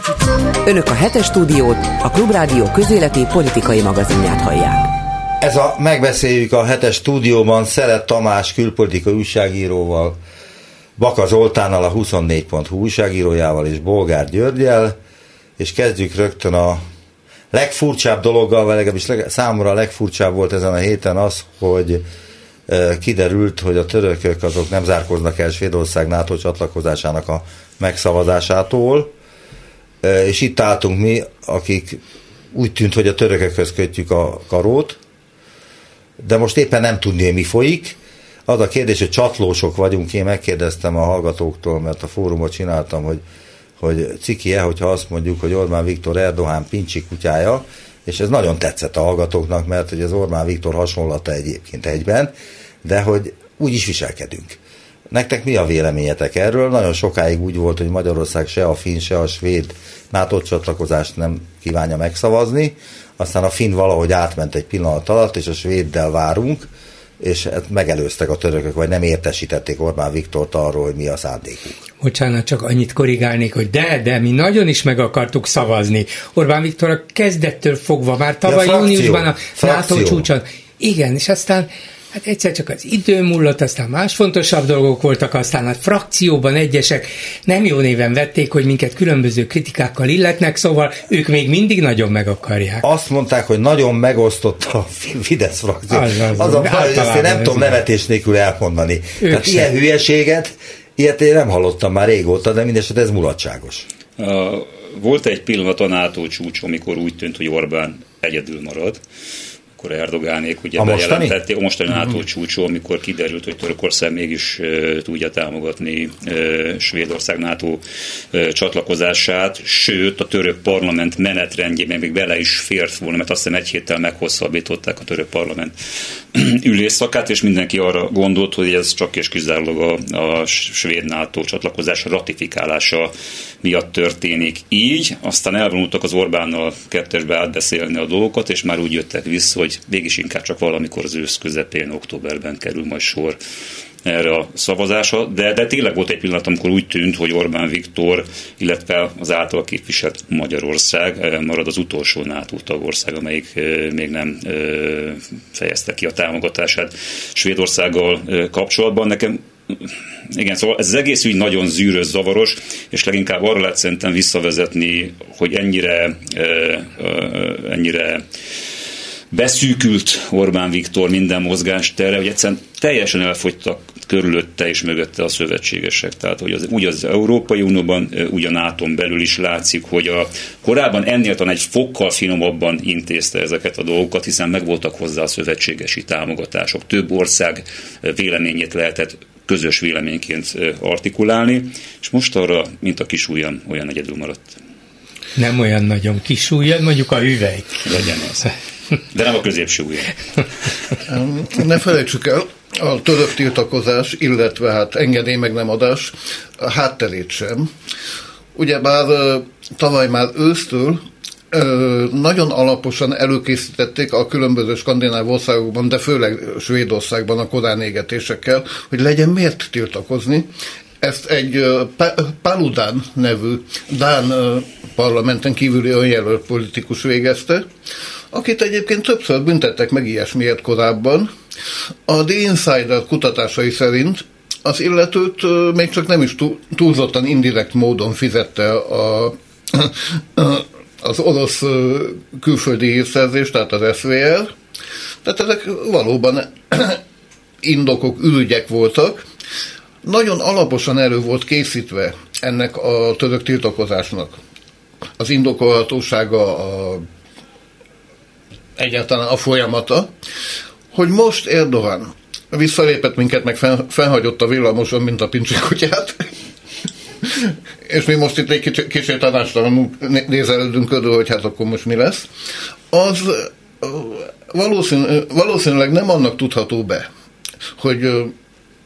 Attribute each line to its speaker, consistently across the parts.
Speaker 1: Önök a Hetes Stúdiót, a Klubrádió közéleti politikai magazinját hallják.
Speaker 2: Ez a Megbeszéljük a Hetes Stúdióban Szelet Tamás külpolitikai újságíróval, Baka Zoltánnal, a 24.hu újságírójával és Bolgár Györgyel, és kezdjük rögtön a legfurcsább dologgal, vagy legalábbis számomra a legfurcsább volt ezen a héten az, hogy kiderült, hogy a törökök azok nem zárkóznak el Svédország NATO csatlakozásának a megszavazásától, és itt álltunk mi, akik úgy tűnt, hogy a törökökhöz kötjük a karót, de most éppen nem tudni, mi folyik. Az a kérdés, hogy csatlósok vagyunk, én megkérdeztem a hallgatóktól, mert a fórumot csináltam, hogy ciki-e, hogyha azt mondjuk, hogy Orbán Viktor Erdoğan pincsi kutyája, és ez nagyon tetszett a hallgatóknak, mert hogy az Orbán Viktor hasonlata egyébként egyben, de hogy úgy is viselkedünk. Nektek mi a véleményetek erről? Nagyon sokáig úgy volt, hogy Magyarország se a finn, se a svéd NATO csatlakozást nem kívánja megszavazni, aztán a finn valahogy átment egy pillanat alatt, és a svéddel várunk, és megelőztek a törökök, vagy nem értesítették Orbán Viktort arról, hogy mi a szándékuk.
Speaker 3: Bocsánat, csak annyit korrigálnék, hogy de mi nagyon is meg akartuk szavazni. Orbán Viktor a kezdettől fogva, már tavaly júniusban a NATO csúcson. Igen, és aztán hát egyszer csak az idő múlott, aztán más fontosabb dolgok voltak, aztán a frakcióban egyesek nem jó néven vették, hogy minket különböző kritikákkal illetnek, szóval ők még mindig nagyon meg akarják.
Speaker 2: Azt mondták, hogy nagyon megosztott a Fidesz frakció. Az a baj, hogy ezt én nem tudom nevetés nélkül elmondani. Tehát ilyen hülyeséget, ilyet én nem hallottam már régóta, de mindesetre ez mulatságos.
Speaker 4: Volt egy pillanat a NATO csúcs, amikor úgy tűnt, hogy Orbán egyedül marad. Akkor Erdogánék ugye bejelentették a mostani NATO csúcson, amikor kiderült, hogy Törökország mégis tudja támogatni Svédország NATO csatlakozását, sőt a török parlament menetrendjében még bele is fért volna, mert azt hiszem egy héttel meghosszabbították a török parlament ülésszakát, és mindenki arra gondolt, hogy ez csak és kizárólag a svéd NATO csatlakozás ratifikálása miatt történik így. Aztán elvonultak az Orbánnal kettesbe átbeszélni a dolgokat, és már úgy jöttek vissza, hogy végig inkább csak valamikor az ősz közepén, októberben kerül majd sor erre a szavazásra, de tényleg volt egy pillanat, amikor úgy tűnt, hogy Orbán Viktor, illetve az által képviselt Magyarország marad az utolsó NATO tagország, amelyik még nem fejezte ki a támogatását Svédországgal kapcsolatban. Nekem igen, szóval ez az egész ügy nagyon zűrös, zavaros, és leginkább arra lehet szerintem visszavezetni, hogy ennyire beszűkült Orbán Viktor minden mozgástere, hogy egyszerűen teljesen elfogytak körülötte és mögötte a szövetségesek. Tehát, hogy úgy az Európai Unióban, úgy a NATO-n belül is látszik, hogy korábban ennél talán egy fokkal finomabban intézte ezeket a dolgokat, hiszen megvoltak hozzá a szövetségesi támogatások. Több ország véleményét lehetett közös véleményként artikulálni, és most arra, mint a kis ujjam, olyan egyedül maradt.
Speaker 3: Nem olyan nagyon kis ujjad, mondjuk a hüvelyk.
Speaker 4: Legyen az. De nem a középső ujjam.
Speaker 5: Ne felejtsük el, a török tiltakozás, illetve hát engedély meg nem adás a hátterét sem. Ugyebár tavaly már ősztől nagyon alaposan előkészítették a különböző skandináv országokban, de főleg Svédországban a koránégetésekkel, hogy legyen miért tiltakozni. Ezt egy Paludan nevű dán parlamenten kívüli önjelölt politikus végezte, akit egyébként többször büntettek meg ilyesmiért korábban. A The Insider kutatásai szerint az illetőt még csak nem is túlzottan indirekt módon fizette az orosz külföldi hírszerzés, tehát az SVR. Tehát ezek valóban indokok, ürügyek voltak. Nagyon alaposan elő volt készítve ennek a török tiltakozásnak az indokolhatósága, egyáltalán a folyamata, hogy most Erdoğan visszalépett minket, meg felhagyott a villamoson, mint a pincsi kutyát, és mi most itt egy kicsit tanácstalanul nézelődünk körül, hogy hát akkor most mi lesz, az valószínűleg nem annak tudható be, hogy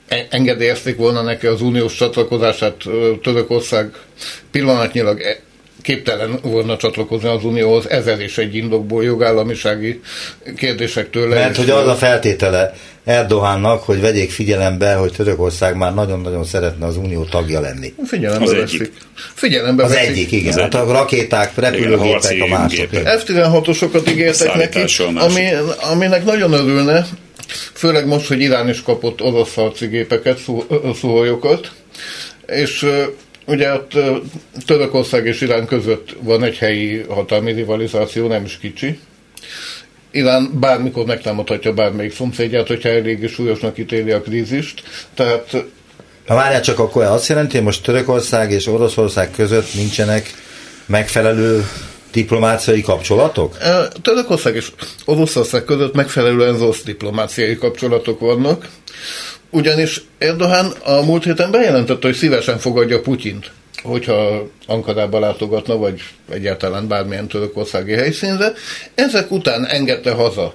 Speaker 5: engedélyezték volna neki az uniós csatlakozását Törökország pillanatnyilag képtelen volna csatlakozni az Unióhoz 1001 indokból, jogállamisági kérdésektől.
Speaker 2: Mert hogy az a feltétele Erdogánnak, hogy vegyék figyelembe, hogy Törökország már nagyon-nagyon szeretne az Unió tagja lenni.
Speaker 5: Figyelembe
Speaker 2: az
Speaker 5: veszik.
Speaker 2: Egyik, igen. Hát a rakéták, repülőgépek a mások.
Speaker 5: F-16-osokat ígértek neki, aminek nagyon örülne, főleg most, hogy Irán is kapott orosz harci gépeket, szuholyokat, és ugye ott Törökország és Irán között van egy helyi hatalmi rivalizáció, nem is kicsi. Irán bármikor megtámadhatja bármelyik szomszédját, hogyha eléggé súlyosnak ítéli a krízist. Tehát...
Speaker 2: Na várjál csak, akkor azt jelenti, hogy most Törökország és Oroszország között nincsenek megfelelő diplomáciai kapcsolatok?
Speaker 5: Törökország és Oroszország között megfelelően rossz diplomáciai kapcsolatok vannak, ugyanis Erdogan a múlt héten bejelentette, hogy szívesen fogadja Putyint, hogyha Ankarába látogatna, vagy egyáltalán bármilyen törökországi helyszínre. Ezek után engedte haza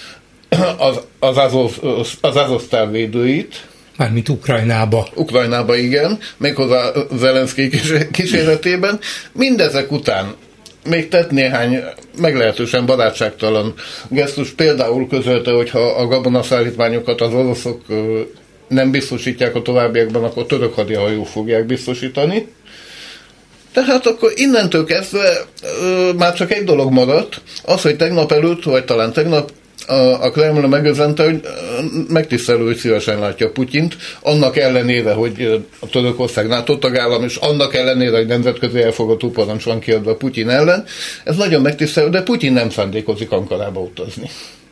Speaker 5: az Azovsztál védőit.
Speaker 3: Mármint Ukrajnába.
Speaker 5: Ukrajnába, igen, méghozzá Zelenszkij kíséretében. Mindezek után még tett néhány meglehetősen barátságtalan gesztus, például közölte, hogy ha a gabonaszállítmányokat az oroszok nem biztosítják a továbbiakban, akkor török hadihajók fogják biztosítani. Tehát akkor innentől kezdve már csak egy dolog maradt, az, hogy tegnap előtt, vagy talán tegnap a Kreml megözente, hogy megtisztelő, hogy szívesen látja Putyint, annak ellenére, hogy a Törökország NATO tagállam, és annak ellenére, hogy nemzetközi elfogadó parancs van kiadva Putyin ellen. Ez nagyon megtisztelő, de Putyin nem szándékozik Ankarába utazni.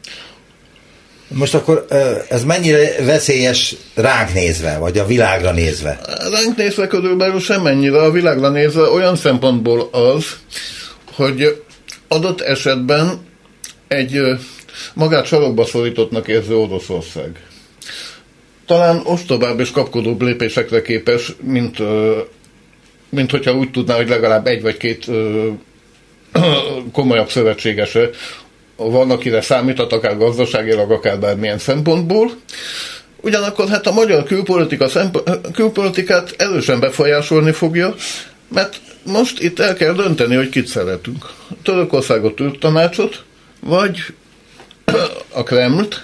Speaker 2: Most akkor ez mennyire veszélyes ránk nézve, vagy a világra nézve?
Speaker 5: Ránk nézve körülbelül semmennyire, a világra nézve olyan szempontból az, hogy adott esetben egy magát sarokba szorítottnak érző Oroszország talán ostobább és kapkodóbb lépésekre képes, mint hogyha úgy tudná, hogy legalább egy vagy két komolyabb szövetségese van, akire számíthat, akár gazdaságilag, akár bármilyen szempontból. Ugyanakkor hát a magyar külpolitikát erősen befolyásolni fogja, mert most itt el kell dönteni, hogy kit szeretünk. Törökországot, tanácsot, vagy a Kremlt,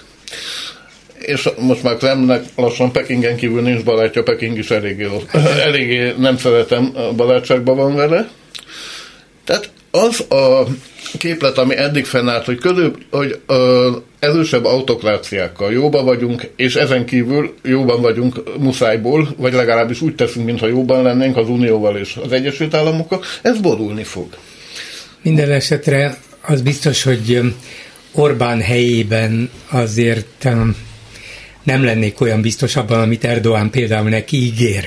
Speaker 5: és most már Kremlnek lassan Pekingen kívül nincs barátja, Peking is eléggé nem szeretem, barátságban van vele. Tehát az a képlet, ami eddig fennállt, hogy erősebb autokráciákkal jóban vagyunk, és ezen kívül jóban vagyunk muszájból, vagy legalábbis úgy teszünk, mintha jóban lennénk az Unióval és az Egyesült Államokkal, ez borulni fog.
Speaker 3: Minden esetre az biztos, hogy Orbán helyében azért nem lennék olyan biztos abban, amit Erdogan például neki ígér.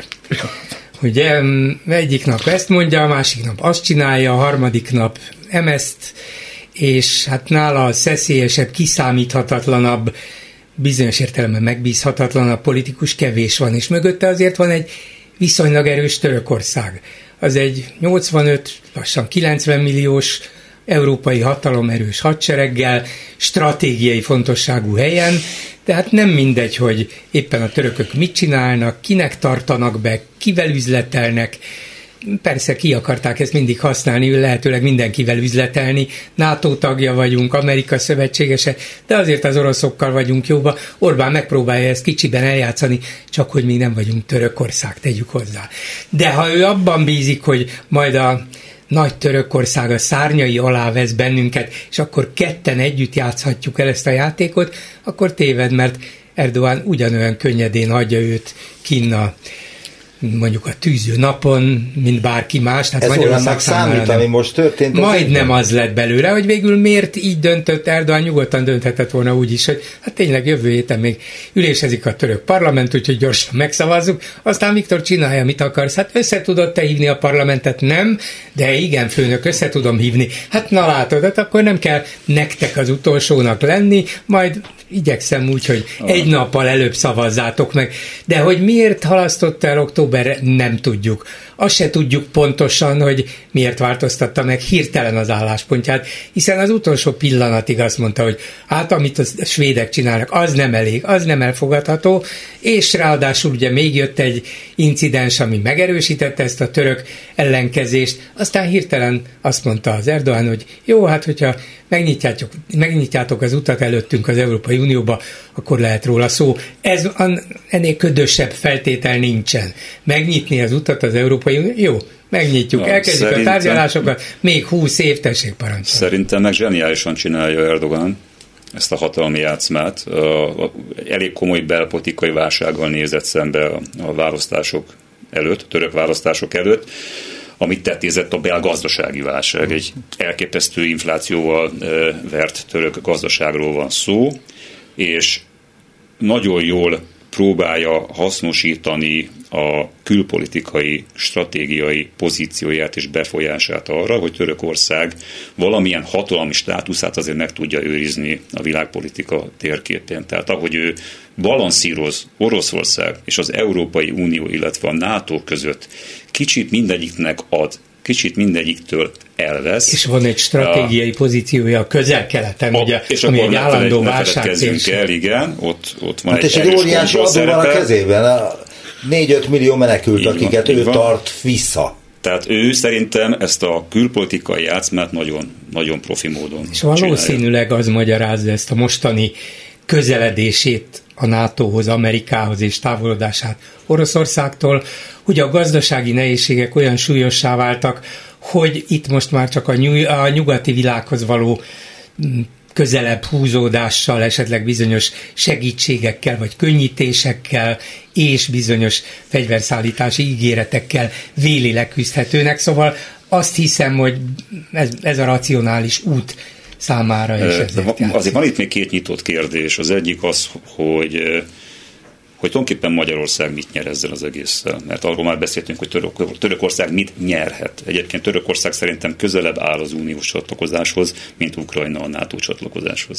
Speaker 3: Ugye egyik nap ezt mondja, a másik nap azt csinálja, a harmadik nap ezt, és hát nála a szeszélyesebb, kiszámíthatatlanabb, bizonyos értelemben megbízhatatlanabb politikus kevés van, és mögötte azért van egy viszonylag erős Törökország. Az egy 85, lassan 90 milliós európai hatalomerős hadsereggel, stratégiai fontosságú helyen, tehát nem mindegy, hogy éppen a törökök mit csinálnak, kinek tartanak be, kivel üzletelnek. Persze ki akarták ezt mindig használni, lehetőleg mindenkivel üzletelni, NATO tagja vagyunk, Amerika szövetségese, de azért az oroszokkal vagyunk jóba. Orbán megpróbálja ezt kicsiben eljátszani, csak hogy mi nem vagyunk Törökország, tegyük hozzá. De ha ő abban bízik, hogy majd a nagy Törökország a szárnyai alá vesz bennünket, és akkor ketten együtt játszhatjuk el ezt a játékot, akkor téved, mert Erdogan ugyanolyan könnyedén hagyja őt kinn mondjuk a tűző napon, mint bárki más. Tehát
Speaker 2: ez olyannak számít, ami most történt.
Speaker 3: Majdnem az lett belőle, hogy végül miért így döntött Erdogan, nyugodtan dönthetett volna úgy is, hogy hát tényleg jövő héten még ülésezik a török parlament, úgyhogy gyorsan megszavazzuk, aztán Viktor csinálja, mit akarsz. Hát össze tudod te hívni a parlamentet? Nem, de igen, főnök, össze tudom hívni. Hát na látod, hát akkor nem kell nektek az utolsónak lenni, majd igyekszem úgy, hogy egy nappal előbb szavazzátok meg. De hogy miért halasztott el október októberre nem tudjuk. Azt se tudjuk pontosan, hogy miért változtatta meg hirtelen az álláspontját, hiszen az utolsó pillanatig azt mondta, hogy hát amit a svédek csinálnak, az nem elég, az nem elfogadható, és ráadásul ugye még jött egy incidens, ami megerősítette ezt a török ellenkezést, aztán hirtelen azt mondta az Erdoğan, hogy jó, hát hogyha megnyitjátok az utat előttünk az Európai Unióba, akkor lehet róla szó. Ennél ködösebb feltétel nincsen. Megnyitni az utat az Európai Unió, jó, megnyitjuk, elkezdjük a tárgyalásokat, még 20 év, tessék parancsolni.
Speaker 4: Szerintem meg zseniálisan csinálja Erdoğan ezt a hatalmi játszmát. Elég komoly belpolitikai válsággal nézett szembe a választások előtt, török választások előtt, amit tetézett a belgazdasági válság. Egy elképesztő inflációval vert török gazdaságról van szó, és nagyon jól próbálja hasznosítani a külpolitikai, stratégiai pozícióját és befolyását arra, hogy Törökország valamilyen hatalmi státuszát azért meg tudja őrizni a világpolitika térképén. Tehát ahogy ő balanszíroz Oroszország és az Európai Unió, illetve a NATO között, kicsit mindegyiknek ad, kicsit mindegyiktől elvesz.
Speaker 3: És van egy stratégiai pozíciója a Közel-Keleten, ugye,
Speaker 4: és
Speaker 3: ami egy állandó válság.
Speaker 4: Igen, ott van
Speaker 2: hát és egy óriási adó van a kezében, 4-5 millió menekült, így akiket van, ő tart vissza.
Speaker 4: Tehát ő szerintem ezt a külpolitikai játszmát nagyon, nagyon profi módon
Speaker 3: és valószínűleg az magyarázza ezt a mostani közeledését a NATO-hoz, Amerikához és távolodását Oroszországtól, hogy a gazdasági nehézségek olyan súlyossá váltak, hogy itt most már csak a nyugati világhoz való közelebb húzódással, esetleg bizonyos segítségekkel, vagy könnyítésekkel, és bizonyos fegyverszállítási ígéretekkel véli leküzdhetőnek. Szóval azt hiszem, hogy ez a racionális út számára is
Speaker 4: azért van itt még két nyitott kérdés. Az egyik az, hogy tulajdonképpen Magyarország mit nyer ezzel az egésszel. Mert arról már beszéltünk, hogy Törökország mit nyerhet. Egyébként Törökország szerintem közelebb áll az uniós csatlakozáshoz, mint Ukrajna a NATO csatlakozáshoz.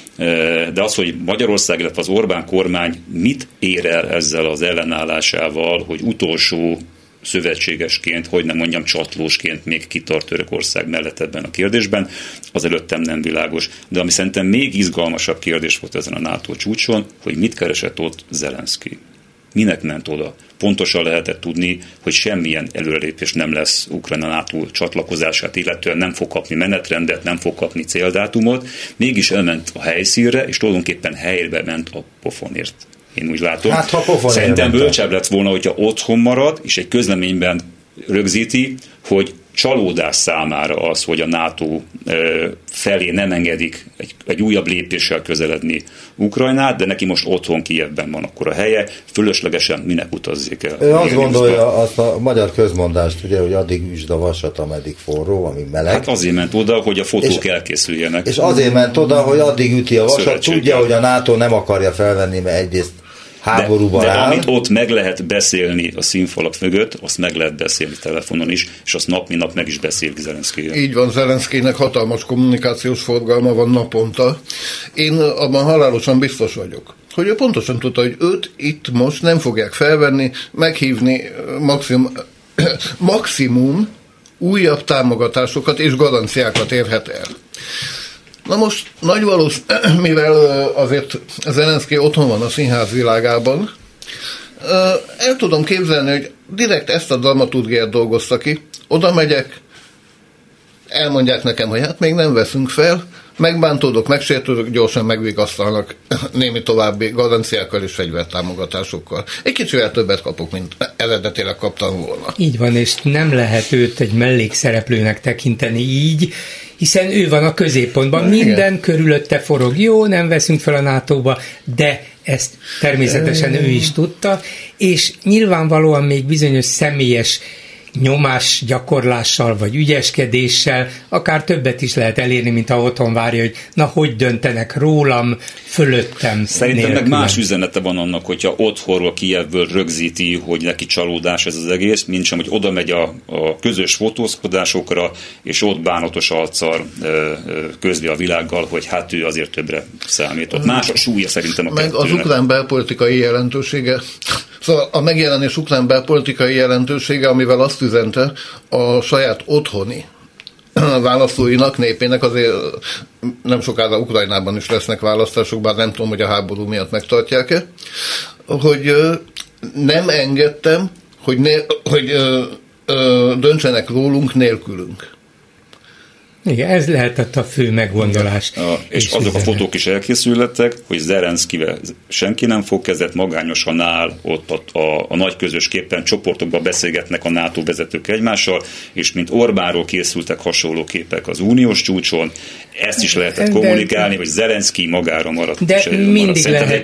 Speaker 4: De az, hogy Magyarország, illetve az Orbán kormány mit ér el ezzel az ellenállásával, hogy utolsó szövetségesként, hogy nem mondjam csatlósként még kitart Törökország mellett ebben a kérdésben, az előttem nem világos. De ami szerintem még izgalmasabb kérdés volt ezen a NATO csúcson, hogy mit keresett ott Zelenszky. Minek ment oda? Pontosan lehetett tudni, hogy semmilyen előrelépés nem lesz Ukrajna NATO csatlakozását, illetően nem fog kapni menetrendet, nem fog kapni céldátumot, mégis elment a helyszínre, és tulajdonképpen helyre ment a pofonért. Én úgy látom. Hát, szerintem bölcsebb lett volna, hogyha otthon marad, és egy közleményben rögzíti, hogy csalódás számára az, hogy a NATO felé nem engedik egy újabb lépéssel közeledni Ukrajnát, de neki most otthon Kijevben van akkor a helye, fölöslegesen minek utazzék el.
Speaker 2: Ő azt gondolja, azt a magyar közmondást, ugye, hogy addig üsd a vasat, ameddig forró, ami meleg.
Speaker 4: Hát azért ment oda, hogy a fotók elkészüljenek.
Speaker 2: És azért ment oda, hogy addig üti a vasat, tudja, hogy a NATO nem akarja felvenni, mert egyrészt háborúban
Speaker 4: de amit ott meg lehet beszélni a színfalak mögött, azt meg lehet beszélni telefonon is, és azt nap mint nap meg is beszélik Zelenszkijel.
Speaker 5: Így van, Zelenszkijnek hatalmas kommunikációs forgalma van naponta. Én abban halálosan biztos vagyok, hogy ő pontosan tudta, hogy őt itt most nem fogják felvenni, meghívni maximum újabb támogatásokat és garanciákat érhet el. Na most nagy mivel azért Zelenszkij otthon van a színház világában, el tudom képzelni, hogy direkt ezt a dramaturgiát dolgozta ki, oda megyek, elmondják nekem, hogy hát még nem veszünk fel, megbántódok, megsértődök, gyorsan megvigasztalnak némi további garanciákkal és fegyvertámogatásokkal. Egy kicsivel többet kapok, mint eredetileg kaptam volna.
Speaker 3: Így van, és nem lehet őt egy mellékszereplőnek tekinteni így, hiszen ő van a középpontban, minden körülötte forog, jó, nem veszünk fel a NATO-ba, de ezt természetesen ő is tudta, és nyilvánvalóan még bizonyos személyes nyomás gyakorlással vagy ügyeskedéssel akár többet is lehet elérni, mint ha otthon várja, hogy na, hogy döntenek rólam, fölöttem.
Speaker 4: Szerintem meg más üzenete van annak, hogyha otthonról, Kijevből rögzíti, hogy neki csalódás ez az egész, mint sem, hogy oda megy a közös fotózkodásokra, és ott bánatos arccal közli a világgal, hogy hát ő azért többre számított. Más a súlya szerintem a
Speaker 5: meg kettőnek. Az ukrán belpolitikai jelentősége Szóval a megjelenés ukrán belpolitikai jelentősége, amivel azt üzente a saját otthoni választóinak, népének, azért nem sokára Ukrajnában is lesznek választások, bár nem tudom, hogy a háború miatt megtartják-e, hogy nem engedtem, hogy döntsenek rólunk nélkülünk.
Speaker 3: Igen, ez lehetett a fő meggondolás.
Speaker 4: És azok a fotók is elkészültek, hogy Zelenszkivel senki nem fog, kezdett magányosan áll, ott a nagy közösképpen csoportokban beszélgetnek a NATO vezetők egymássel, és mint Orbánról készültek hasonló képek az uniós csúcson, ezt is lehetett kommunikálni, hogy Zelenszky magára maradt.
Speaker 3: De mindig lehet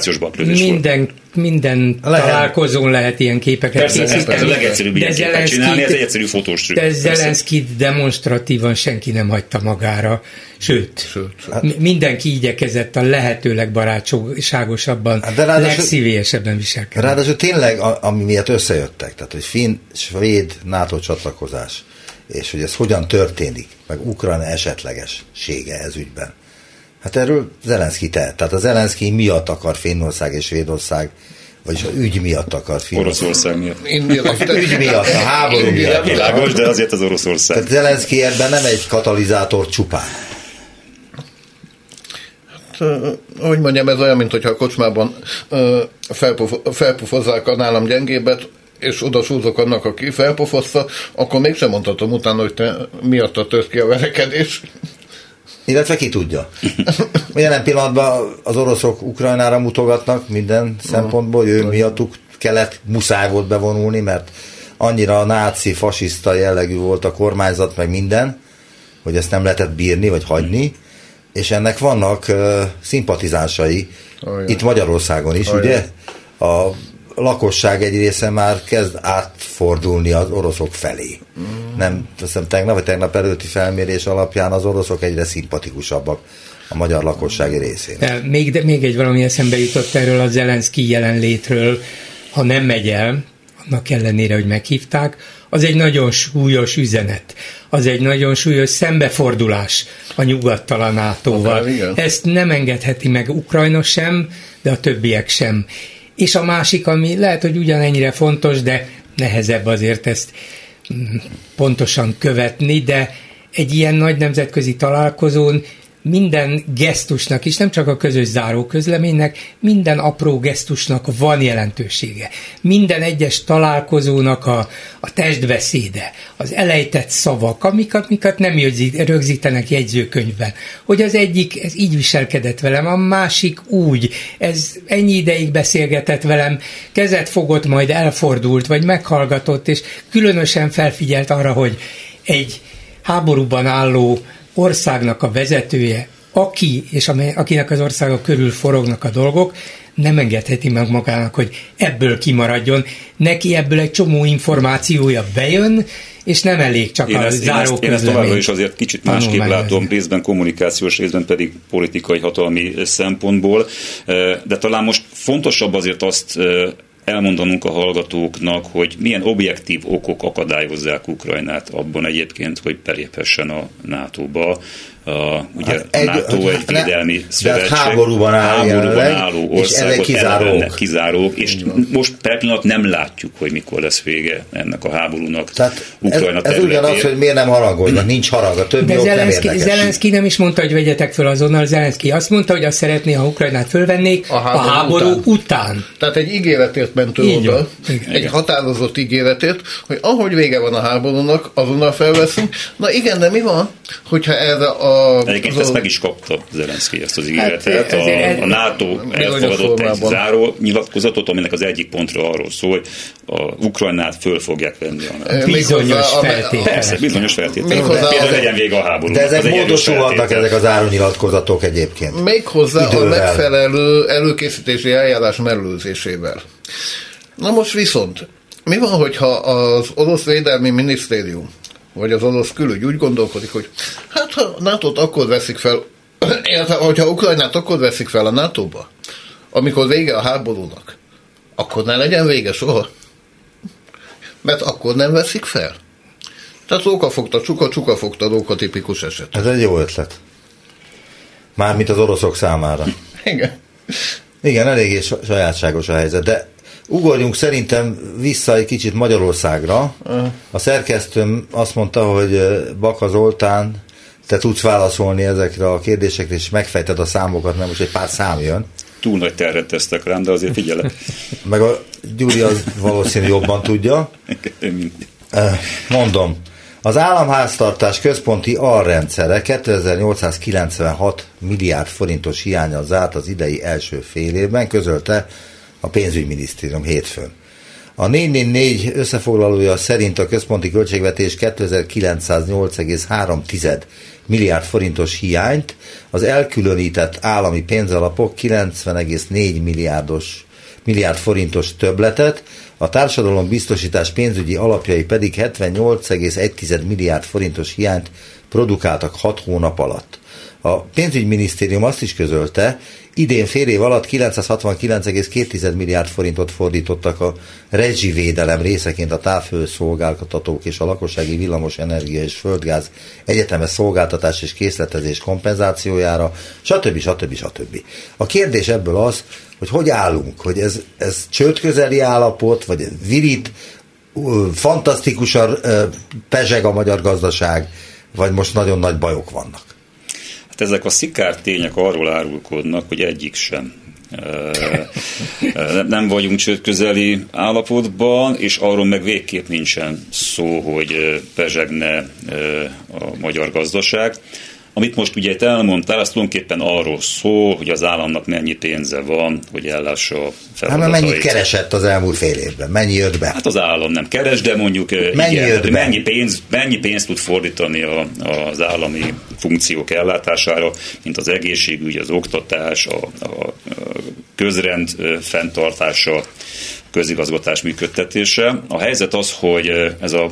Speaker 3: minden találkozón lehet ilyen képeket
Speaker 4: készíteni. Ez a legegyszerűbb ilyen képet csinálni, ez egy egyszerű fotós trükk.
Speaker 3: De Zelenszkyt demonstratívan senki nem hagyta magára, sőt. Mindenki igyekezett a lehető legbarátságosabban, legszívélyesebben viselkedni.
Speaker 2: Ráadásul tényleg, ami miatt összejöttek, tehát hogy finn-svéd NATO csatlakozás, és hogy ez hogyan történik, meg Ukrajna esetlegessége ez ügyben. Hát erről Zelenszky tehet. Tehát a Zelenszky miatt akar Finnország és Svédország, vagyis az ügy miatt akar Finnország.
Speaker 4: Oroszország miatt.
Speaker 2: Az ügy miatt, a háború miatt.
Speaker 4: Világos, de azért az Oroszország.
Speaker 2: Tehát Zelenszky ebben nem egy katalizátor csupán.
Speaker 5: Hogy mondjam, ez olyan, mint hogyha a kocsmában felpufozzák a nálam gyengébet, és oda súzok annak, aki felpofozta, akkor mégsem mondhatom utána, hogy te miatta tört ki a verekedés.
Speaker 2: Illetve ki tudja. Jelen pillanatban az oroszok Ukrajnára mutogatnak minden szempontból, ő miattuk kellett, muszáj volt bevonulni, mert annyira náci, fasiszta jellegű volt a kormányzat, meg minden, hogy ezt nem lehetett bírni, vagy hagyni, és ennek vannak szimpatizánsai, itt Magyarországon is, ugye? A lakosság egy része már kezd átfordulni az oroszok felé. Nem, hiszem tegnap előtti felmérés alapján az oroszok egyre szimpatikusabbak a magyar lakossági részén.
Speaker 3: Még egy valami eszembe jutott erről a Zelenszky jelenlétről, ha nem megy el, annak ellenére, hogy meghívták, az egy nagyon súlyos üzenet. Az egy nagyon súlyos szembefordulás a nyugattal, a NATO-val. Ezt nem engedheti meg Ukrajna sem, de a többiek sem. És a másik, ami lehet, hogy ugyanennyire fontos, de nehezebb azért ezt pontosan követni, de egy ilyen nagy nemzetközi találkozón minden gesztusnak, és nem csak a közös záróközleménynek, minden apró gesztusnak van jelentősége. Minden egyes találkozónak a testbeszéde, az elejtett szavak, amiket nem rögzítenek jegyzőkönyvben. Hogy az egyik ez így viselkedett velem, a másik úgy, ez ennyi ideig beszélgetett velem, kezet fogott, majd elfordult, vagy meghallgatott, és különösen felfigyelt arra, hogy egy háborúban álló országnak a vezetője, akinek az országa körül forognak a dolgok, nem engedheti meg magának, hogy ebből kimaradjon. Neki ebből egy csomó információja bejön, és nem elég csak a záróközlemény.
Speaker 4: Én ezt továbbra is azért kicsit másképp látom, részben kommunikációs, részben pedig politikai hatalmi szempontból, de talán most fontosabb azért azt elmondanunk a hallgatóknak, hogy milyen objektív okok akadályozzák Ukrajnát abban egyébként, hogy beléphessen a NATO-ba. Ugye NATO egy védelmi szövetség,
Speaker 2: háborúban álló
Speaker 4: országot kizárók, és most per pillanat nem látjuk, hogy mikor lesz vége ennek a háborúnak. Tehát Ukrajna területén. Ez ugyanaz,
Speaker 2: hogy miért nem haragudnak, nincs harag, a többi ok nem érdekes.
Speaker 3: Zelenszky nem is mondta, hogy vegyetek föl azonnal, Zelenszky azt mondta, hogy azt szeretné, ha Ukrajnát fölvennék a háború után.
Speaker 5: Tehát egy ígéretért ment oda, egy határozott ígéretért, hogy ahogy vége van a háborúnak, azonnal felveszünk. Na igen, de mi van, hogyha erre
Speaker 4: egyébként ezt meg is kapta Zelenszky, ezt az ígéretet. A NATO elfogadott egy záró nyilatkozatot, aminek az egyik pontra arról szól, hogy a Ukrajnát föl fogják venni.
Speaker 3: Bizonyos feltételek.
Speaker 4: Persze, bizonyos feltételek. Például legyen vége a háborúnak.
Speaker 2: De ezek módosulhatnak, ezek a záró nyilatkozatok egyébként.
Speaker 5: Méghozzá a megfelelő előkészítési eljárás mellőzésével. Na most viszont, mi van, hogyha az orosz védelmi minisztérium vagy az orosz külügy úgy gondolkodik, hogy hát ha NATO-t akkor veszik fel, hogyha Ukrajnát akkor veszik fel a NATO-ba, amikor vége a háborúnak, akkor ne legyen vége soha. Mert akkor nem veszik fel. Tehát róka fogta csuka fogta róka tipikus eset.
Speaker 2: Ez egy jó ötlet. Mármint az oroszok számára.
Speaker 5: Igen.
Speaker 2: Igen, eléggé sajátságos a helyzet, de ugorjunk szerintem vissza egy kicsit Magyarországra. A szerkesztőm azt mondta, hogy Baka Zoltán, te tudsz válaszolni ezekre a kérdésekre, és megfejted a számokat, mert most egy pár szám jön.
Speaker 4: Túl nagy terhet tesztek rám, de azért figyelek.
Speaker 2: Meg a Gyuri az valószínű jobban tudja. Mondom, az államháztartás központi alrendszere 2896 milliárd forintos hiánnyal zárt az idei első fél évben, közölte a pénzügyminisztérium hétfőn. A 444 összefoglalója szerint a központi költségvetés 2908,3 milliárd forintos hiányt, az elkülönített állami pénzalapok 90,4 milliárd forintos többletet, a társadalombiztosítás pénzügyi alapjai pedig 78,1 milliárd forintos hiányt produkáltak 6 hónap alatt. A pénzügyminisztérium azt is közölte, idén fél év alatt 969,2 milliárd forintot fordítottak a rezsivédelem részeként a távhőszolgáltatók és a lakossági villamos energia és földgáz egyetemes szolgáltatás és készletezés kompenzációjára, stb. A kérdés ebből az, hogy állunk, hogy ez csődközeli állapot, vagy ez virít, fantasztikusan pezseg a magyar gazdaság, vagy most nagyon nagy bajok vannak.
Speaker 4: Hát ezek a szikár tények arról árulkodnak, hogy egyik sem. Nem vagyunk csődközeli állapotban, és arról meg végképp nincsen szó, hogy pezsegne a magyar gazdaság. Amit most ugye te elmondtál, az tulajdonképpen arról szól, hogy az államnak mennyi pénze van, hogy ellássa a feladatait.
Speaker 2: Hát mennyit keresett az elmúlt fél évben? Mennyi jött be?
Speaker 4: Hát az állam nem keres, de mondjuk mennyi pénzt tud fordítani az állami funkciók ellátására, mint az egészségügy, az oktatás, a közrend fenntartása, közigazgatás működtetése. A helyzet az, hogy ez a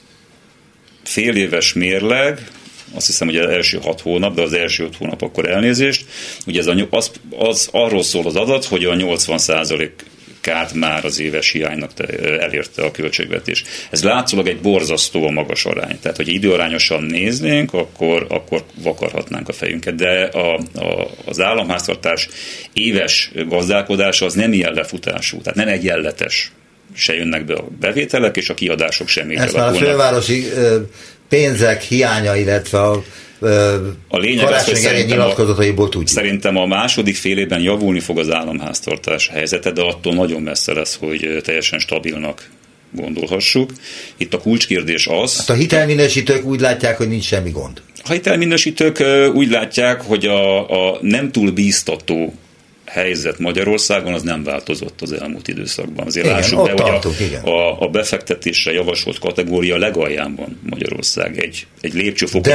Speaker 4: fél éves mérleg, azt hiszem, hogy az első 6 hónap, de az első 5 hónap akkor elnézést. Ugye az arról szól az adat, hogy a 80%-át már az éves hiánynak elérte a költségvetés. Ez látszólag egy borzasztóan magas arány. Tehát, hogy időarányosan néznénk, akkor vakarhatnánk a fejünket. De az államháztartás éves gazdálkodása az nem ilyen lefutású, tehát nem egyenletes. Se jönnek be a bevételek, és a kiadások sem így alakulnak.
Speaker 2: Ezt már a fővárosi pénzek hiánya, illetve a
Speaker 4: lényeg az, hogy
Speaker 2: nyilatkozataiból tudjuk.
Speaker 4: Szerintem a második fél évben javulni fog az államháztartás helyzete, de attól nagyon messze lesz, hogy teljesen stabilnak gondolhassuk. Itt a kulcskérdés az...
Speaker 2: Hát a hitelminősítők úgy látják, hogy nincs semmi gond.
Speaker 4: A hitelminősítők úgy látják, hogy a nem túl bíztató helyzet Magyarországon az nem változott az elmúlt időszakban. Azért igen, lássuk be, hogy a befektetésre javasolt kategória legalján van Magyarország. Egy lépcsőfokra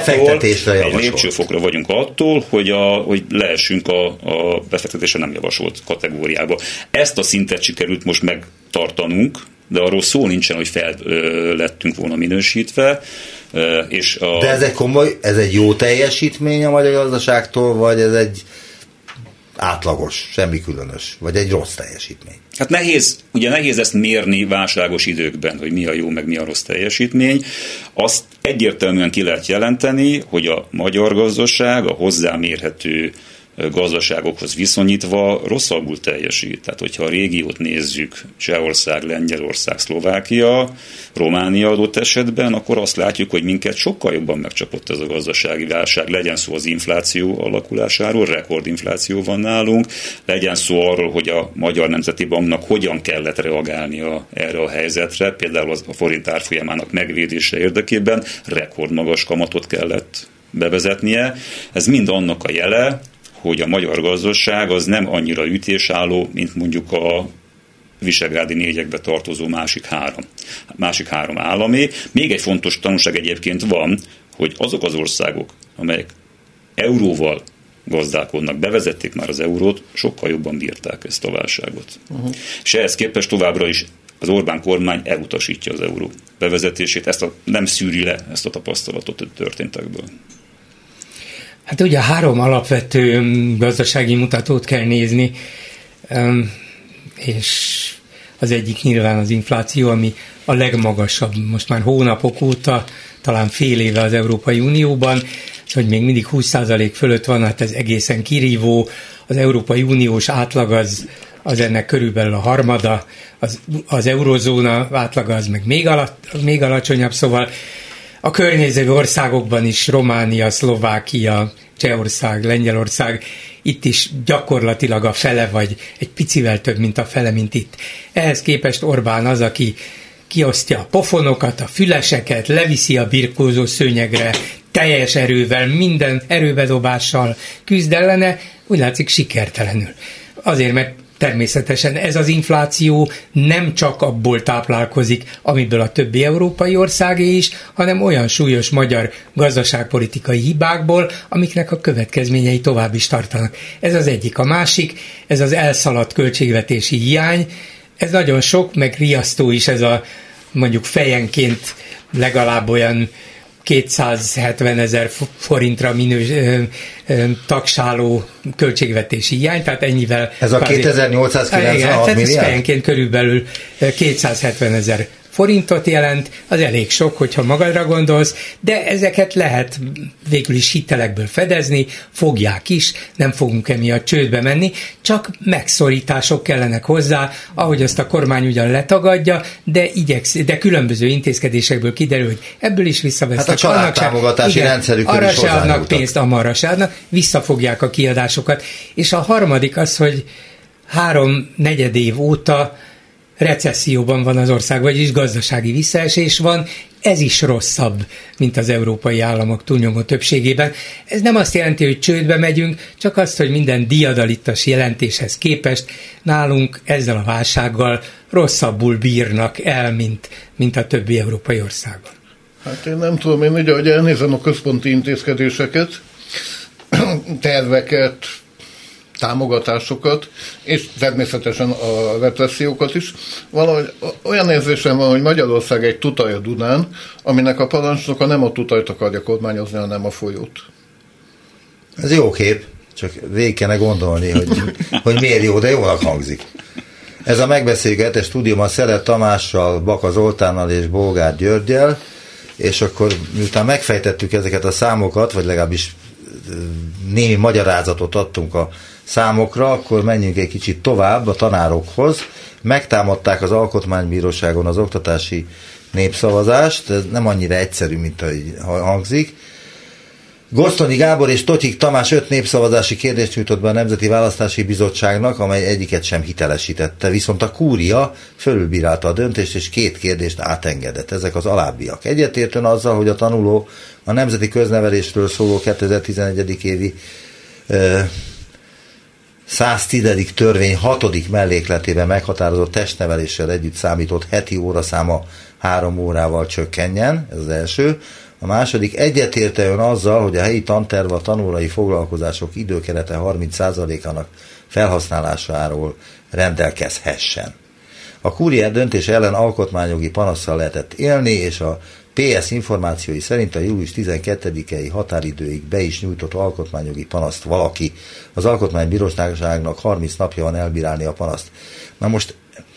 Speaker 4: vagyunk attól, hogy leessünk a befektetésre nem javasolt kategóriába. Ezt a szintet sikerült most megtartanunk, de arról szó nincsen, hogy fel lettünk volna minősítve.
Speaker 2: De ez egy jó teljesítmény a magyar gazdaságtól, vagy ez egy átlagos, semmi különös, vagy egy rossz teljesítmény?
Speaker 4: Hát nehéz ezt mérni válságos időkben, hogy mi a jó, meg mi a rossz teljesítmény. Azt egyértelműen ki lehet jelenteni, hogy a magyar gazdaság a hozzámérhető gazdaságokhoz viszonyítva rosszabbul teljesít. Tehát, hogyha a régiót nézzük, Csehország, Lengyelország, Szlovákia, Románia adott esetben, akkor azt látjuk, hogy minket sokkal jobban megcsapott ez a gazdasági válság. Legyen szó az infláció alakulásáról, rekordinfláció van nálunk, legyen szó arról, hogy a Magyar Nemzeti Banknak hogyan kellett reagálnia erre a helyzetre, például a forint árfolyamának megvédése érdekében rekordmagas kamatot kellett bevezetnie. Ez mind annak a jele, hogy a magyar gazdaság az nem annyira ütésálló, mint mondjuk a visegrádi négyekbe tartozó másik három államé. Még egy fontos tanulság egyébként van, hogy azok az országok, amelyek euróval gazdálkodnak, bevezették már az eurót, sokkal jobban bírták ezt a válságot. És ehhez képest továbbra is az Orbán kormány elutasítja az euró bevezetését, nem szűri le ezt a tapasztalatot történtekből.
Speaker 3: Hát ugye 3 alapvető gazdasági mutatót kell nézni, és az egyik nyilván az infláció, ami a legmagasabb most már hónapok óta, talán fél éve az Európai Unióban, hogy még mindig 20% fölött van, hát ez egészen kirívó. Az Európai Uniós átlag az az ennek körülbelül a harmada, az eurozóna átlaga az meg még alacsonyabb, szóval a környező országokban is, Románia, Szlovákia, Csehország, Lengyelország, itt is gyakorlatilag a fele, vagy egy picivel több, mint a fele, mint itt. Ehhez képest Orbán az, aki kiosztja a pofonokat, a füleseket, leviszi a birkózó szőnyegre, teljes erővel, minden erőbedobással küzd ellene, úgy látszik sikertelenül. Azért, mert természetesen ez az infláció nem csak abból táplálkozik, amiből a többi európai országé is, hanem olyan súlyos magyar gazdaságpolitikai hibákból, amiknek a következményei tovább is tartanak. Ez az egyik. A másik, ez az elszaladt költségvetési hiány. Ez nagyon sok, meg riasztó is ez a mondjuk fejenként legalább olyan 270 000 forintra tagsáló költségvetési hiány, tehát ennyivel...
Speaker 2: Ez a 2896 milliárd?
Speaker 3: Ez fejenként körülbelül 270 000 forintot jelent, az elég sok, hogyha magadra gondolsz, de ezeket lehet végül is hitelekből fedezni, fogják is, nem fogunk emiatt csődbe menni, csak megszorítások kellenek hozzá, ahogy azt a kormány ugyan letagadja, de különböző intézkedésekből kiderül, hogy ebből is visszavesznek.
Speaker 2: Hát a családtámogatási rendszerükön is
Speaker 3: arra se adnak pénzt, amarra se adnak, visszafogják a kiadásokat. És a harmadik az, hogy 3-4 év óta recesszióban van az ország, vagyis gazdasági visszaesés van, ez is rosszabb, mint az európai államok túlnyomó többségében. Ez nem azt jelenti, hogy csődbe megyünk, csak azt, hogy minden diadalittas jelentéshez képest nálunk ezzel a válsággal rosszabbul bírnak el, mint a többi európai országban.
Speaker 5: Hát én nem tudom, én ugye, hogy elnézem a központi intézkedéseket, terveket, támogatásokat, és természetesen a repressziókat is. Valahogy olyan érzésem van, hogy Magyarország egy tutaj a Dunán, aminek a parancsnoka nem a tutajt akarja kormányozni, hanem a folyót.
Speaker 2: Ez jó kép, csak végig kellene gondolni, hogy miért jó, de jónak hangzik. Ez a megbeszéljük hetes stúdióban Szelet Tamással, Baka Zoltánnal és Bolgár Györggyel, és akkor miután megfejtettük ezeket a számokat, vagy legalábbis némi magyarázatot adtunk a számokra, akkor menjünk egy kicsit tovább a tanárokhoz. Megtámadták az Alkotmánybíróságon az oktatási népszavazást, ez nem annyira egyszerű, mint ahogy hangzik. Gosztonyi Gábor és Totyik Tamás 5 népszavazási kérdést nyújtott be a Nemzeti Választási Bizottságnak, amely egyiket sem hitelesítette, viszont a kúria fölülbírálta a döntést, és 2 kérdést átengedett. Ezek az alábbiak. Egyetértően azzal, hogy a tanuló a nemzeti köznevelésről szóló 2011. évi 110. törvény 6. mellékletében meghatározott testneveléssel együtt számított heti óraszáma 3 órával csökkenjen, ez az első. A második, egyetértően azzal, hogy a helyi tanterv a tanulói foglalkozások időkerete 30%-ának felhasználásáról rendelkezhessen. A kúria döntés ellen alkotmányjogi panasszal lehetett élni, és a PS információi szerint a július 12-i határidőig be is nyújtott alkotmányjogi panaszt valaki. Az Alkotmánybíróságnak 30 napja van elbírálni a panaszt. Na most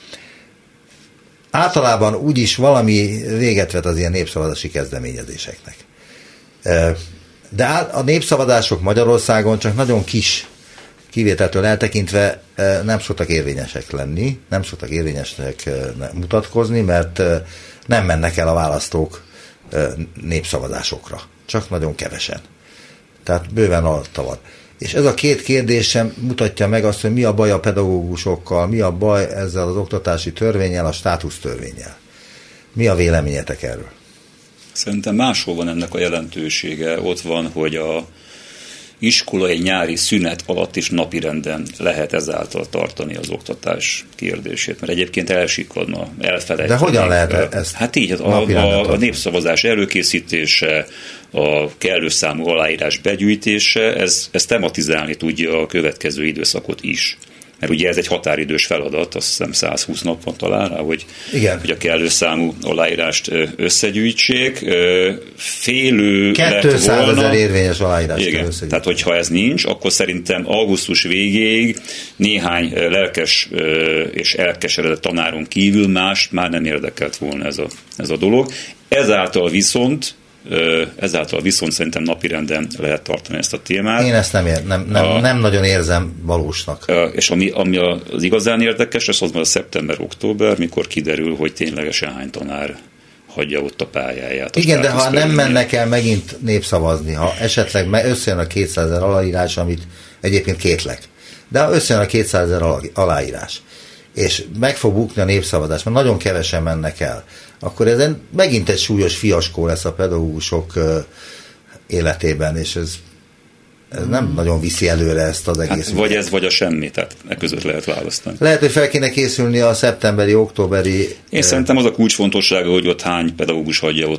Speaker 2: általában úgyis valami véget vet az ilyen népszavazási kezdeményezéseknek. De a népszavazások Magyarországon csak nagyon kis kivételtől eltekintve nem szoktak érvényesek lenni, nem szoktak érvényesek mutatkozni, mert nem mennek el a választók népszavazásokra. Csak nagyon kevesen. Tehát bőven alatta van. És ez a 2 kérdés sem mutatja meg azt, hogy mi a baj a pedagógusokkal, mi a baj ezzel az oktatási törvénnyel, a státusztörvénnyel. Mi a véleményetek erről?
Speaker 4: Szerintem máshol van ennek a jelentősége. Ott van, hogy a iskolai nyári szünet alatt is napirenden lehet ezáltal tartani az oktatás kérdését, mert egyébként elsikadna, elfelejteni.
Speaker 2: De hogyan lehet ezt?
Speaker 4: Hát így, a népszavazás előkészítése, a kellő számú aláírás begyűjtése, ez tematizálni tudja a következő időszakot is. Mert ugye ez egy határidős feladat, azt hiszem 120 nap van talán rá, hogy a kellő számú aláírást összegyűjtsék. Félő
Speaker 2: 200 000 érvényes aláírást összegyűjtsék.
Speaker 4: Tehát, hogyha ez nincs, akkor szerintem augusztus végéig néhány lelkes és elkeseredett tanáron kívül mást már nem érdekelt volna ez a dolog. Ezáltal viszont ezáltal viszont szerintem napirenden lehet tartani ezt a témát.
Speaker 2: Én ezt nem nagyon érzem valósnak.
Speaker 4: És ami az igazán érdekes, az majd a szeptember-október, mikor kiderül, hogy ténylegesen hány tanár hagyja ott a pályáját.
Speaker 2: Igen, de ha nem mennek el megint népszavazni, ha esetleg összejön a 200 000 aláírás, amit egyébként kétlek, de ha összejön a 200 000 aláírás, és meg fog bukni a népszavazás, mert nagyon kevesen mennek el, akkor ezen megint egy súlyos fiaskó lesz a pedagógusok életében, és ez nem nagyon viszi előre ezt az egész.
Speaker 4: Hát, vagy ez, vagy a semmi, tehát e között lehet választani.
Speaker 2: Lehet, hogy fel kéne készülni a szeptemberi, októberi...
Speaker 4: Én szerintem az a kulcsfontossága, hogy ott hány pedagógus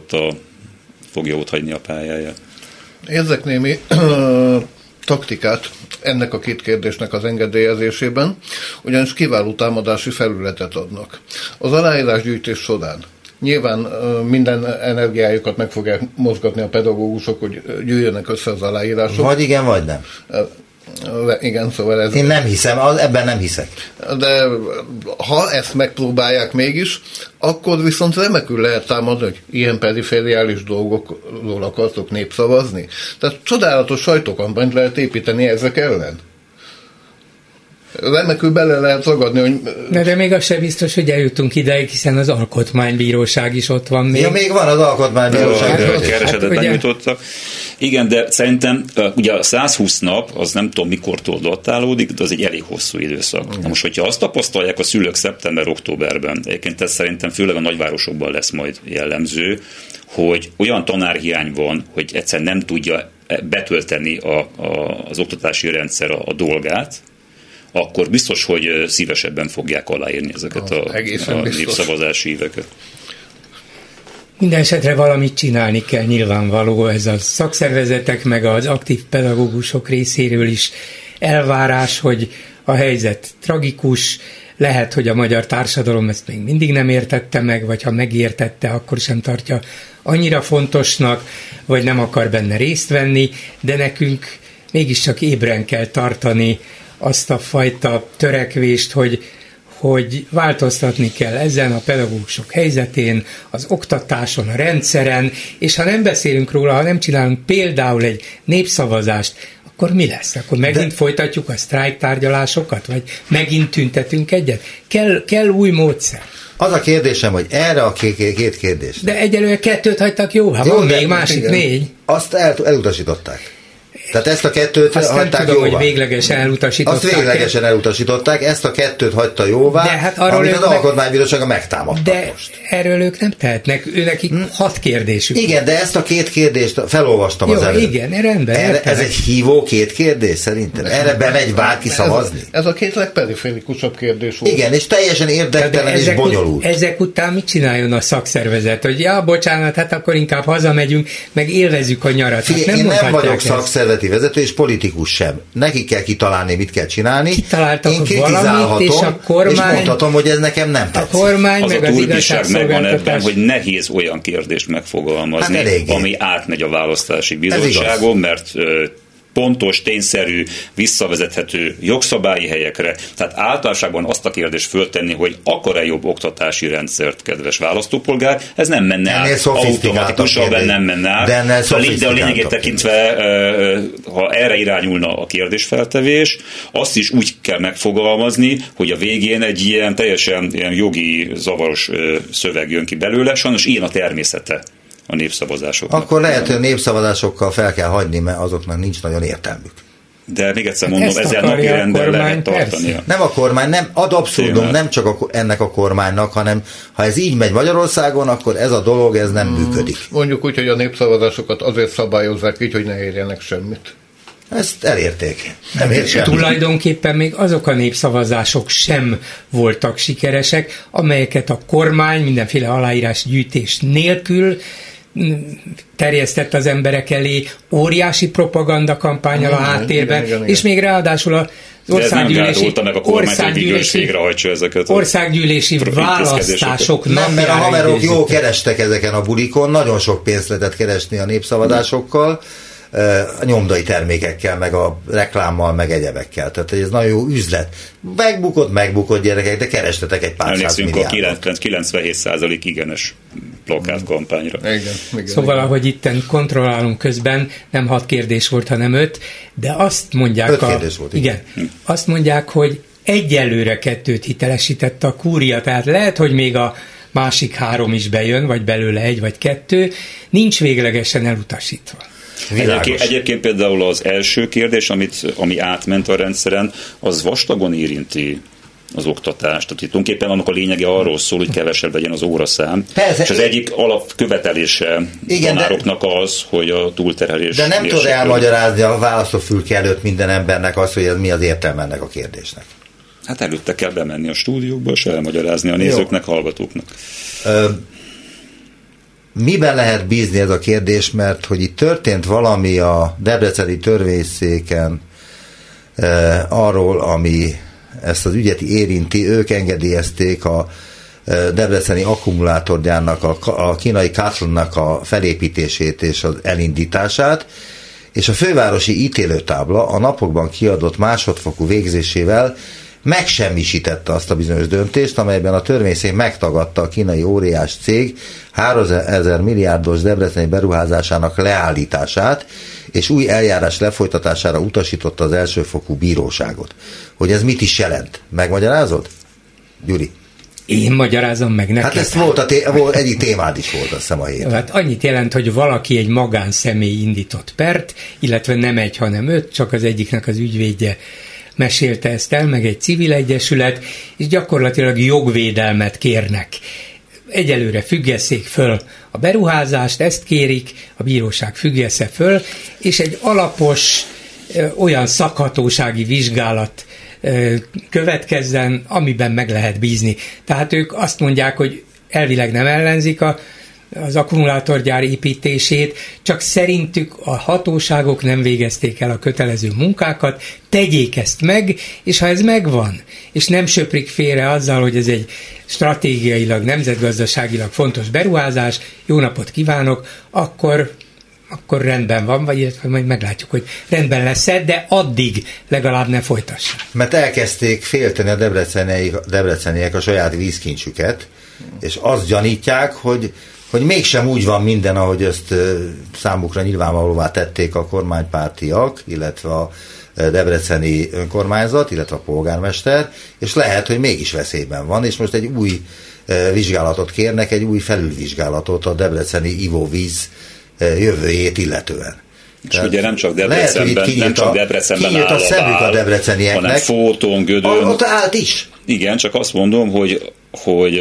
Speaker 4: fogja ott hagyni a pályáját.
Speaker 5: Érzek némi taktikát ennek a két kérdésnek az engedélyezésében, ugyanis kiváló támadási felületet adnak. Az aláírásgyűjtés során nyilván minden energiájukat meg fogják mozgatni a pedagógusok, hogy gyűjjönek össze az aláírások.
Speaker 2: Vagy igen, vagy nem.
Speaker 5: Igen, szóval ez...
Speaker 2: Én nem hiszem, ebben nem hiszek.
Speaker 5: De ha ezt megpróbálják mégis, akkor viszont remekül lehet támadni, hogy ilyen perifériális dolgokról akartok népszavazni. Tehát csodálatos sajtókampányt lehet építeni ezek ellen. Remekül bele lehet ragadni, hogy...
Speaker 3: De még az sem biztos, hogy eljutunk ideig, hiszen az Alkotmánybíróság is ott van még.
Speaker 2: Ja, még van az Alkotmánybíróság.
Speaker 4: Keresetet benyújtottak. Igen, de szerintem ugye a 120 nap, az nem tudom mikortól datálódik, de az egy elég hosszú időszak. Na most, hogyha azt tapasztalják a szülők szeptember-októberben, egyébként ez szerintem főleg a nagyvárosokban lesz majd jellemző, hogy olyan tanárhiány van, hogy egyszerűen nem tudja betölteni az oktatási rendszer a dolgát, akkor biztos, hogy szívesebben fogják aláírni ezeket a népszavazási éveket.
Speaker 3: Minden esetre valamit csinálni kell, nyilvánvaló, ez a szakszervezetek meg az aktív pedagógusok részéről is elvárás, hogy a helyzet tragikus, lehet, hogy a magyar társadalom ezt még mindig nem értette meg, vagy ha megértette, akkor sem tartja annyira fontosnak, vagy nem akar benne részt venni, de nekünk mégiscsak ébren kell tartani azt a fajta törekvést, hogy változtatni kell ezen a pedagógusok helyzetén, az oktatáson, a rendszeren, és ha nem beszélünk róla, ha nem csinálunk például egy népszavazást, akkor mi lesz? Akkor megint folytatjuk a sztrájktárgyalásokat, vagy megint tüntetünk egyet? Kell új módszer.
Speaker 2: Az a kérdésem, hogy erre a két kérdés.
Speaker 3: De egyelőre 2 hagytak jóvá, van még másik igen. 4.
Speaker 2: Azt elutasították. Tehát ezt a 2 hagyták
Speaker 3: jóvá.
Speaker 2: Hogy
Speaker 3: véglegesen elutasították.
Speaker 2: Azt véglegesen elutasították, ezt a 2 hagyta jóvá, de hát amit az Alkotmánybírósága megtámadta.
Speaker 3: De
Speaker 2: most.
Speaker 3: Erről ők nem tehetnek, nekik 6 kérdésük.
Speaker 2: Igen, de ezt a 2 kérdést felolvastam
Speaker 3: jó,
Speaker 2: az előtt.
Speaker 3: Igen, rendben.
Speaker 2: Ez egy hívó 2 kérdés szerintem. Erre bemegy bárki szavazni.
Speaker 5: Ez a 2 legperiferikusabb kérdés volt.
Speaker 2: Igen, és teljesen érdektelen és bonyolult.
Speaker 3: Ezek után mit csináljon a szakszervezet? Hogy bocsánat, hát akkor inkább hazamegyünk, meg élvezzük a nyarat. Hát
Speaker 2: én nem vagyok szakszervezeti vezető, és politikus sem. Neki kell kitalálni, mit kell csinálni.
Speaker 3: Én kritizálhatom, és a kormány,
Speaker 2: és mondhatom, hogy ez nekem nem tetszik.
Speaker 3: A kormány
Speaker 4: az
Speaker 3: meg
Speaker 4: a turbiság megvan ebben, hogy nehéz olyan kérdést megfogalmazni,
Speaker 2: hát
Speaker 4: ami átmegy a választási bizottságon, mert pontos, tényszerű, visszavezethető jogszabályi helyekre. Tehát általánosságban azt a kérdést föltenni, hogy akar-e jobb oktatási rendszert, kedves választópolgár, ez nem menne át automatikusan, nem menne át. De a lényegét tekintve, ha erre irányulna a kérdésfeltevés, azt is úgy kell megfogalmazni, hogy a végén egy ilyen teljesen ilyen jogi, zavaros szöveg jön ki belőle, sajnos ilyen a természete a népszavazásoknak.
Speaker 2: Akkor lehet, hogy a népszavazásokkal fel kell hagyni, mert azoknak nincs nagyon értelmük.
Speaker 4: De még egyszer mondom, ezzel napi renden lehet tartania.
Speaker 2: Nem a kormány, nem ad abszurdum, nem csak ennek a kormánynak, hanem ha ez így megy Magyarországon, akkor ez a dolog, ez nem működik.
Speaker 5: Mondjuk úgy, hogy a népszavazásokat azért szabályozzák így, hogy ne érjenek semmit.
Speaker 2: Ezt elérték.
Speaker 3: Tulajdonképpen még azok a népszavazások sem voltak sikeresek, amelyeket a kormány mindenféle aláírásgyűjtés nélkül terjesztett az emberek elé, óriási propagandakampányal a háttérben, igen. És még ráadásul az országgyűlési választások
Speaker 2: nem, mert a haverok jó kerestek ezeken a bulikon, nagyon sok pénzt lehetett keresni a népszavazásokkal, a nyomdai termékekkel, meg a reklámmal, meg egyebekkel. Tehát ez nagyon jó üzlet. Megbukott gyerekek, de kerestetek egy pár száz milliárdot.
Speaker 4: Emlékszünk a 97% igenes plakátkampányra.
Speaker 3: Igen. Szóval, ahogy itten kontrollálunk közben, nem 6 kérdés volt, hanem 5, de azt mondják...
Speaker 2: 5 kérdés volt.
Speaker 3: Igen. Azt mondják, hogy egyelőre 2 hitelesített a kúria, tehát lehet, hogy még a másik 3 is bejön, vagy belőle 1 vagy 2, nincs véglegesen elutasítva.
Speaker 4: Egyébként például az első kérdés, ami átment a rendszeren, az vastagon érinti az oktatást. Tehát itt tulajdonképpen annak a lényege arról szól, hogy kevesebb legyen az óraszám. Persze, és az egyik alapkövetelése tanároknak az, hogy a túlterhelés...
Speaker 2: De nem tud elmagyarázni a választófülke előtt minden embernek azt, hogy ez mi az értelme ennek a kérdésnek.
Speaker 4: Hát előtte kell bemenni a stúdiókba, és elmagyarázni a nézőknek, hallgatóknak.
Speaker 2: Miben lehet bízni ez a kérdés, mert hogy itt történt valami a debreceni törvényszéken arról, ami ezt az ügyet érinti, ők engedélyezték a debreceni akkumulátorgyárnak, a kínai Catlonnak a felépítését és az elindítását, és a fővárosi ítélőtábla a napokban kiadott másodfokú végzésével megsemmisítette azt a bizonyos döntést, amelyben a törvényszék megtagadta a kínai óriás cég 3000 milliárdos debreceni beruházásának leállítását, és új eljárás lefolytatására utasította az elsőfokú bíróságot. Hogy ez mit is jelent? Megmagyarázod? Gyuri?
Speaker 3: Én magyarázom meg neked.
Speaker 2: Hát ez volt egyik témád is volt, azt hiszem a héten.
Speaker 3: Hát annyit jelent, hogy valaki egy magánszemély indított pert, illetve nem 1, hanem 5, csak az egyiknek az ügyvédje mesélte ezt el, meg egy civil egyesület, és gyakorlatilag jogvédelmet kérnek. Egyelőre függesszék föl a beruházást, ezt kérik, a bíróság függesse föl, és egy alapos olyan szakhatósági vizsgálat következzen, amiben meg lehet bízni. Tehát ők azt mondják, hogy elvileg nem ellenzik az akkumulátorgyár építését, csak szerintük a hatóságok nem végezték el a kötelező munkákat, tegyék ezt meg, és ha ez megvan, és nem söprik félre azzal, hogy ez egy stratégiailag, nemzetgazdaságilag fontos beruházás, jó napot kívánok, akkor rendben van, vagy majd meglátjuk, hogy rendben lesz-e, de addig legalább ne folytassa.
Speaker 2: Mert elkezdték félteni a debreceniek a saját vízkincsüket, és azt gyanítják, hogy mégsem úgy van minden, ahogy ezt számukra nyilvánvalóvá tették a kormánypártiak, illetve a debreceni önkormányzat, illetve a polgármester, és lehet, hogy mégis veszélyben van, és most egy új vizsgálatot kérnek, egy új felülvizsgálatot a debreceni ivóvíz jövőjét illetően.
Speaker 4: És tehát ugye nem csak Debrecenben áll a
Speaker 2: szemük a debrecenieknek,
Speaker 4: hanem Fóton, Gödön.
Speaker 2: Ott állt is.
Speaker 4: Igen, csak azt mondom, hogy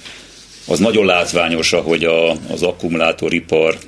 Speaker 4: az nagyon látványos, hogy az akkumulátoripar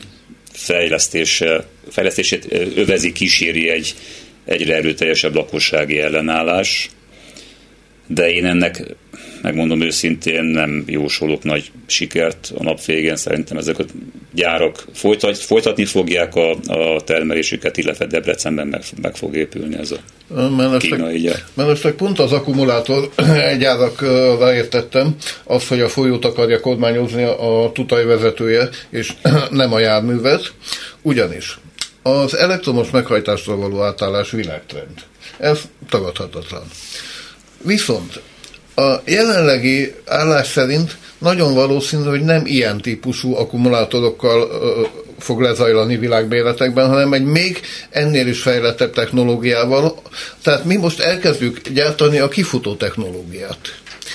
Speaker 4: fejlesztését kíséri egy egyre erőteljesebb lakossági ellenállás, de én ennek, megmondom őszintén, nem jósolok nagy sikert a nap végén. Szerintem ezek a gyárak folytatni fogják a termelésüket, illetve Debrecenben meg fog épülni ez a kínai gyár.
Speaker 5: Mellesleg pont az akkumulátor gyárakra értettem azt, hogy a folyót akarja kormányozni a Tutaj vezetője, és nem a járművet, ugyanis az elektromos meghajtásra való átállás világtrend. Ez tagadhatatlan. Viszont a jelenlegi állás szerint nagyon valószínű, hogy nem ilyen típusú akkumulátorokkal fog lezajlani világméretekben, hanem egy még ennél is fejlettebb technológiával. Tehát mi most elkezdjük gyártani a kifutó technológiát.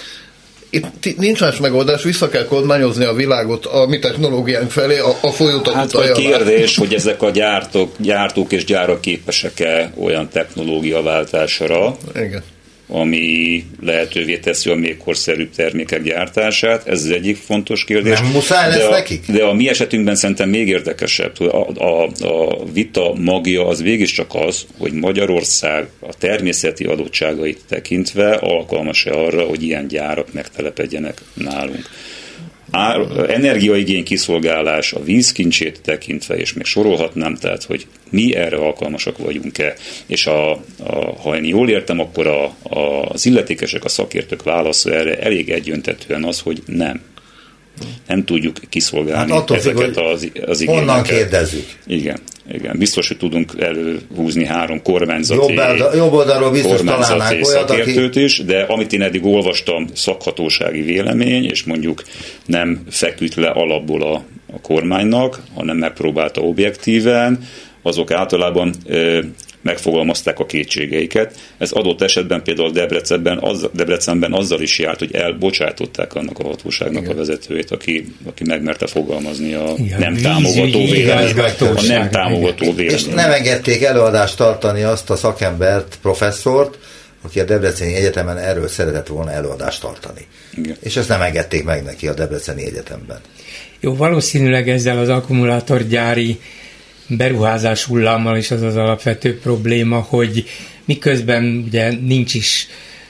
Speaker 5: Itt nincs más megoldás, vissza kell kormányozni a világot a mi technológiánk felé, a folyótak
Speaker 4: utalja. Hát a kérdés, hogy ezek a gyártók és gyárak képesek-e olyan technológiaváltásra, igen, ami lehetővé teszi a még korszerűbb termékek gyártását. Ez az egyik fontos kérdés.
Speaker 2: Nem muszáj lesz nekik?
Speaker 4: De a mi esetünkben szerintem még érdekesebb. A vita magja az mégiscsak az, hogy Magyarország a természeti adottságait tekintve alkalmas-e arra, hogy ilyen gyárak megtelepedjenek nálunk. Energiaigény kiszolgálás, a vízkincsét tekintve, és még sorolhatnám, tehát, hogy mi erre alkalmasak vagyunk-e, és ha én jól értem, akkor az illetékesek, a szakértők válasza erre elég egyöntetően az, hogy nem. nem tudjuk kiszolgálni ezeket az igényeket.
Speaker 2: Honnan kérdezzük?
Speaker 4: Igen. Biztos, hogy tudunk előhúzni 3 kormányzati
Speaker 2: jobb oldalról biztos találnánk olyat,
Speaker 4: szakértőt is, de amit én eddig olvastam, szakhatósági vélemény, és mondjuk nem feküdt le alapból a kormánynak, hanem megpróbálta objektíven, azok általában megfogalmazták a kétségeiket. Ez adott esetben például Debrecenben azzal is járt, hogy elbocsátották annak a hatóságnak a vezetőjét, aki megmerte fogalmazni a nem támogató véleményt.
Speaker 2: És nem engedték előadást tartani azt a szakembert, professzort, aki a Debreceni Egyetemen erről szeretett volna előadást tartani. Igen. És ezt nem engedték meg neki a Debreceni Egyetemben.
Speaker 3: Jó, valószínűleg ezzel az akkumulátorgyári beruházás hullámmal is az az alapvető probléma, hogy miközben ugye nincs is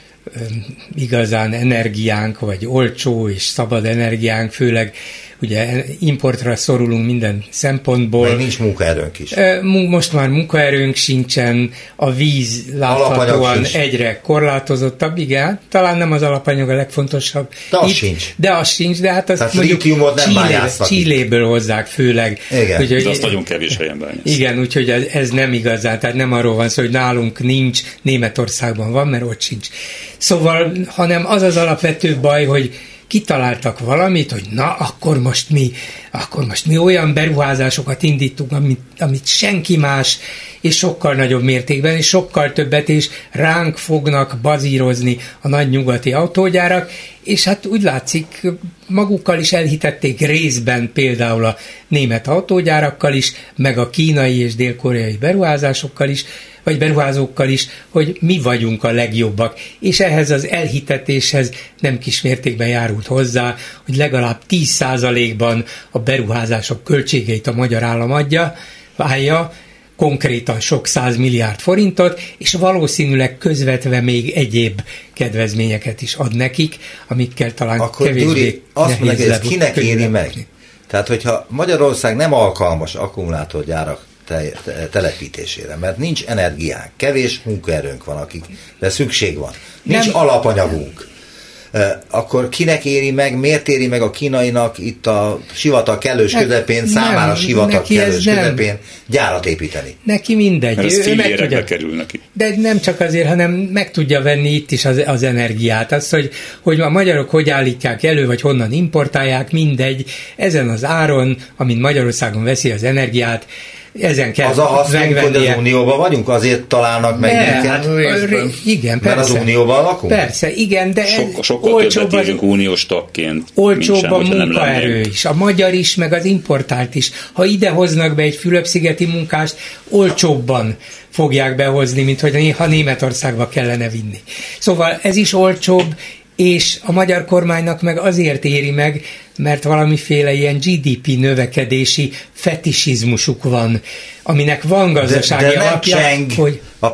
Speaker 3: igazán energiánk, vagy olcsó és szabad energiánk, főleg ugye importra szorulunk minden szempontból.
Speaker 2: Mert nincs munkaerőnk is.
Speaker 3: Most már munkaerőnk sincsen, a víz láthatóan egyre korlátozottabb, igen, talán nem az alapanyag a legfontosabb.
Speaker 2: De az sincs.
Speaker 3: De hát azt mondjuk Chiléből hozzák főleg.
Speaker 2: Igen.
Speaker 4: De azt nagyon kevés helyen bányász.
Speaker 3: Igen, úgyhogy ez nem igazán, tehát nem arról van szó, hogy nálunk nincs, Németországban van, mert ott sincs. Szóval, hanem az az alapvető baj, hogy kitaláltak valamit, hogy akkor most mi olyan beruházásokat indítunk, amit senki más, és sokkal nagyobb mértékben, és sokkal többet, és ránk fognak bazírozni a nagy nyugati autógyárak, és hát úgy látszik, magukkal is elhitették részben például a német autógyárakkal is, meg a kínai és dél-koreai beruházásokkal is, vagy beruházókkal is, hogy mi vagyunk a legjobbak. És ehhez az elhitetéshez nem kis mértékben járult hozzá, hogy legalább 10%-ban a beruházások költségeit a magyar állam válja, konkrétan sok 100 milliárd forintot, és valószínűleg közvetve még egyéb kedvezményeket is ad nekik, amikkel talán
Speaker 2: akkor
Speaker 3: kevésbé
Speaker 2: Gyuri, azt mondja, hogy ez kinek éri meg? Tehát, hogyha Magyarország nem alkalmas akkumulátorgyárak telepítésére, mert nincs energiánk, kevés munkaerőnk van, akikre szükség van, nincs alapanyagunk, akkor kinek éri meg, miért éri meg a kínainak itt a sivatag kellős közepén, számára sivatag kellős közepén gyárat építeni?
Speaker 3: Neki mindegy.
Speaker 4: Mert ez fillérekbe kerül neki.
Speaker 3: De nem csak azért, hanem meg tudja venni itt is az energiát. Az, hogy a magyarok hogy állítják elő, vagy honnan importálják, mindegy. Ezen az áron, amin Magyarországon veszi az energiát, ezen kell
Speaker 2: az a használjuk, hogy az Unióban vagyunk, azért találnak meg neked.
Speaker 3: Igen,
Speaker 2: persze. Mert az Unióban lakunk?
Speaker 3: Persze, igen, de
Speaker 4: sokkal többet írunk uniós tagként.
Speaker 3: Olcsóbb a munkaerő is, a magyar is, meg az importált is. Ha ide hoznak be egy Fülöp-szigeti munkást, olcsóbban fogják behozni, mint hogy ha Németországba kellene vinni. Szóval ez is olcsóbb, és a magyar kormánynak meg azért éri meg, mert valamiféle ilyen GDP növekedési fetisizmusuk van, aminek van gazdasági alapja, hogy
Speaker 2: a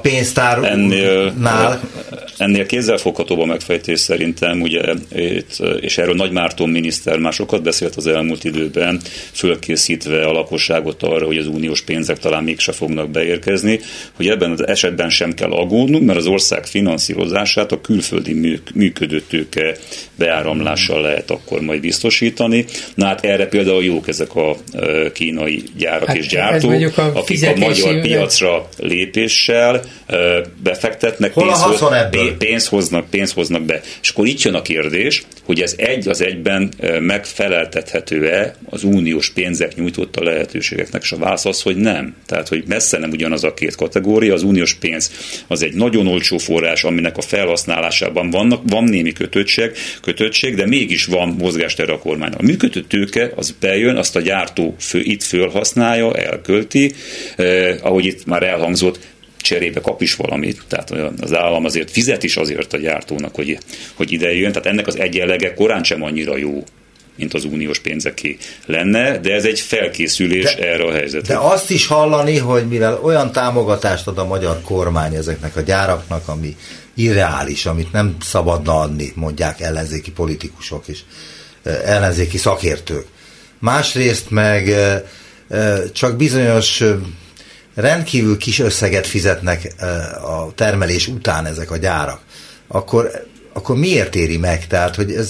Speaker 2: pénztárnál.
Speaker 4: Ennél kézzelfoghatóbb a megfejtés szerintem, ugye, és erről Nagy Márton miniszter már sokat beszélt az elmúlt időben, fölkészítve a lakosságot arra, hogy az uniós pénzek talán mégse fognak beérkezni, hogy ebben az esetben sem kell aggódnunk, mert az ország finanszírozását a külföldi működőtőke beáramlással lehet akkor majd biztosítani. Na hát erre például jók ezek a kínai gyárak és gyártók, akik a magyar piacra lépéssel befektetnek, pénzt hoznak be. És akkor itt jön a kérdés, hogy ez egy az egyben megfeleltethető-e az uniós pénzek nyújtotta lehetőségeknek, és a válasz az, hogy nem. Tehát, hogy messze nem ugyanaz a két kategória. Az uniós pénz az egy nagyon olcsó forrás, aminek a felhasználásában van némi kötöttség, de mégis van mozgástere a kormánynak. A működő tőke az bejön, azt a gyártó itt fölhasználja, elkölti, ahogy itt már elhangzott, cserébe kap is valamit, tehát az állam azért fizet is azért a gyártónak, hogy ide jön, tehát ennek az egyenlege korán sem annyira jó, mint az uniós pénzeké lenne, de ez egy felkészülés erre a helyzetre.
Speaker 2: De azt is hallani, hogy mivel olyan támogatást ad a magyar kormány ezeknek a gyáraknak, ami irreális, amit nem szabadna adni, mondják ellenzéki politikusok és ellenzéki szakértők. Másrészt meg csak bizonyos rendkívül kis összeget fizetnek a termelés után ezek a gyárak, akkor miért éri meg? Tehát, hogy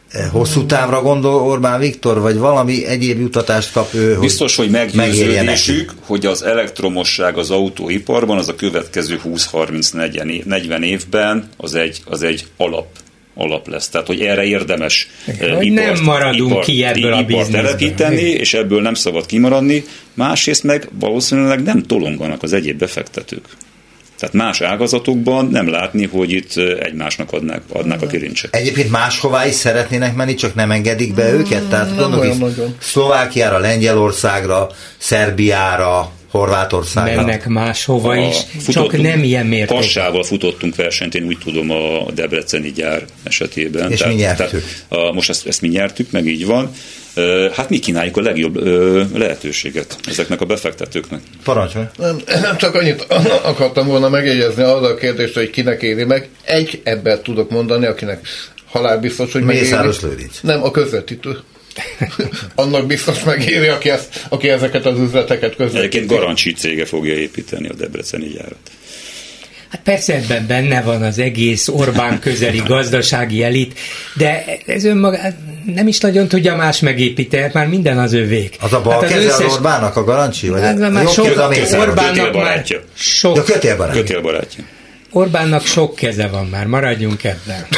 Speaker 2: Hosszú távra gondol Orbán Viktor, vagy valami egyéb jutatást kap ő?
Speaker 4: Biztos, hogy meggyőződésük, hogy az elektromosság az autóiparban az a következő 20-30-40 évben az egy alap lesz. Tehát, hogy erre érdemes
Speaker 3: nem maradunk ki ebből a bizniszből
Speaker 4: telepíteni, és ebből nem szabad kimaradni. Másrészt meg valószínűleg nem tolonganak az egyéb befektetők. Tehát más ágazatokban nem látni, hogy itt egymásnak adnák a kirincsek.
Speaker 2: Egyébként máshová is szeretnének menni, csak nem engedik be őket? Tehát gondolom, Szlovákiára, Lengyelországra, Szerbiára, Horvátországra.
Speaker 3: Mennek máshova is, csak nem ilyen mértékben.
Speaker 4: Passával futottunk versenyt, én úgy tudom, a debreceni gyár esetében.
Speaker 2: És mi nyertük.
Speaker 4: Most ezt mi nyertük, meg így van. Hát mi kínáljuk a legjobb lehetőséget ezeknek a befektetőknek.
Speaker 2: Parancsolj!
Speaker 5: Nem csak annyit akartam volna megjegyezni arra a kérdést, hogy kinek éri meg. Egy embert tudok mondani, akinek halálbiztos, hogy megéri.
Speaker 2: Mészáros Lőrinc.
Speaker 5: Nem, a közvetítő. Annak biztos megéri, aki ezeket az üzleteket közvetíti.
Speaker 4: Egyébként Garancsi cége fogja építeni a debreceni gyárat.
Speaker 3: Hát persze ebben benne van az egész Orbán közeli gazdasági elit, de ez önmagán nem is nagyon tudja más megépíteni, már minden az övék.
Speaker 2: Az a bal hát keze az Orbánnak a Garancsi? Vagy
Speaker 3: az már sok, Orbánnak már sok...
Speaker 4: Kötélbarátja.
Speaker 3: Orbánnak sok keze van már, maradjunk ebben.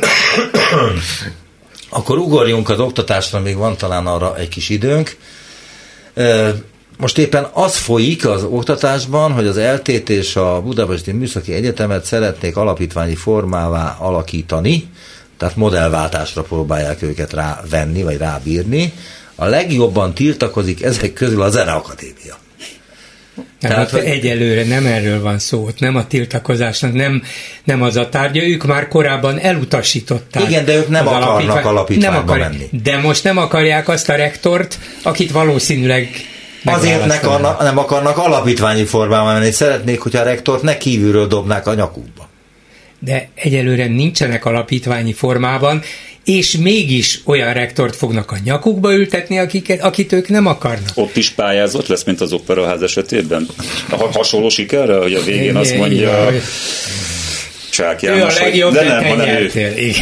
Speaker 2: Akkor ugorjunk az oktatásra, még van talán arra egy kis időnk. Most éppen az folyik az oktatásban, hogy az LTT és a Budapesti Műszaki Egyetemet szeretnék alapítványi formává alakítani, tehát modellváltásra próbálják őket rávenni, vagy rábírni. A legjobban tiltakozik ezek közül a Zeneakadémia.
Speaker 3: Tehát, egyelőre nem erről van szó, nem a tiltakozásnak, nem az a tárgya, ők már korábban elutasították.
Speaker 2: Igen, de ők nem akarnak alapítványba menni.
Speaker 3: De most nem akarják azt a rektort, akit valószínűleg
Speaker 2: azért nem akarnak alapítványi formában menni, szeretnék, hogy a rektort ne kívülről dobnák a nyakukba.
Speaker 3: De egyelőre nincsenek alapítványi formában, és mégis olyan rektort fognak a nyakukba ültetni, akit ők nem akarnak.
Speaker 4: Ott is pályázat lesz, mint az Operaház esetében? Hasonló sikerre, hogy a végén azt mondja Csák János,
Speaker 3: ő a legjobb,
Speaker 4: de nem, hanem ő.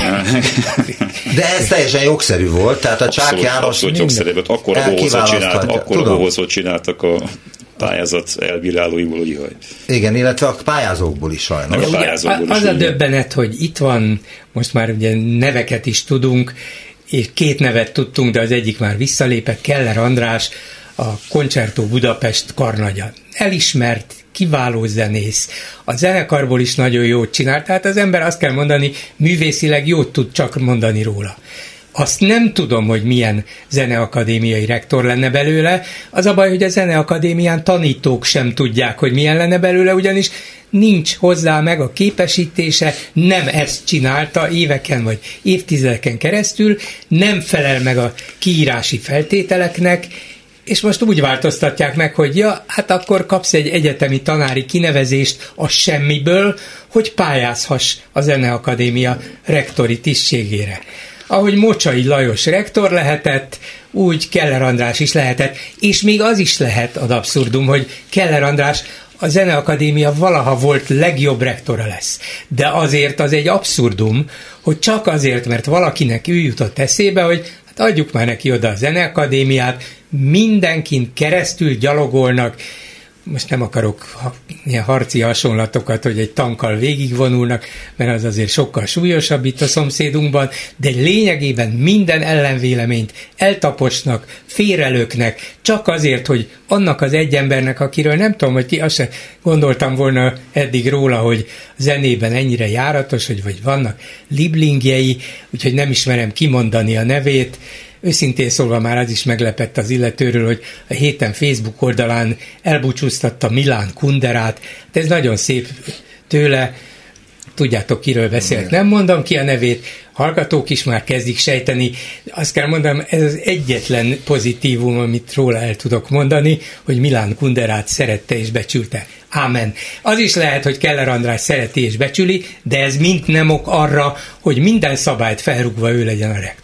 Speaker 2: De ez teljesen jogszerű volt, tehát a Csák János
Speaker 4: abszolút jogszerű volt, akkor bohózót csináltak a pályázat elbírálóiból, hogy jaj.
Speaker 2: Igen, illetve a pályázókból is sajnos.
Speaker 3: Az a döbbenet, hogy itt van, most már ugye neveket is tudunk, és 2 nevet tudtunk, de az egyik már visszalépett, Keller András, a Concerto Budapest karnagya. Elismert, kiváló zenész. A zenekarból is nagyon jót csinált, tehát az ember azt kell mondani, művészileg jót tud csak mondani róla. Azt nem tudom, hogy milyen zeneakadémiai rektor lenne belőle. Az a baj, hogy a zeneakadémián tanítók sem tudják, hogy milyen lenne belőle, ugyanis nincs hozzá meg a képesítése, nem ezt csinálta éveken vagy évtizedeken keresztül, nem felel meg a kiírási feltételeknek, és most úgy változtatják meg, hogy hát akkor kapsz egy egyetemi tanári kinevezést a semmiből, hogy pályázhass a Zeneakadémia rektori tisztségére. Ahogy Mocsai Lajos rektor lehetett, úgy Keller András is lehetett, és még az is lehet ad abszurdum, hogy Keller András a Zeneakadémia valaha volt legjobb rektora lesz. De azért az egy abszurdum, hogy csak azért, mert valakinek ő jutott eszébe, hogy hát adjuk már neki oda a Zeneakadémiát, mindenkin keresztül gyalogolnak, most nem akarok ilyen harci hasonlatokat, hogy egy tankkal végigvonulnak, mert az azért sokkal súlyosabb itt a szomszédunkban, de lényegében minden ellenvéleményt eltaposnak, félrelöknek, csak azért, hogy annak az egy embernek, akiről nem tudom, hogy ki, azt sem gondoltam volna eddig róla, hogy zenében ennyire járatos, vagy vannak liblingjei, úgyhogy nem ismerem kimondani a nevét. Őszintén szólva már az is meglepett az illetőről, hogy a héten Facebook oldalán elbúcsúztatta Milán Kunderát, de ez nagyon szép tőle, tudjátok kiről beszélt, nem mondom ki a nevét, hallgatók is már kezdik sejteni, azt kell mondanom, ez az egyetlen pozitívum, amit róla el tudok mondani, hogy Milán Kunderát szerette és becsülte. Ámen. Az is lehet, hogy Keller András szereti és becsüli, de ez mind nem ok arra, hogy minden szabályt felrúgva ő legyen a rektor.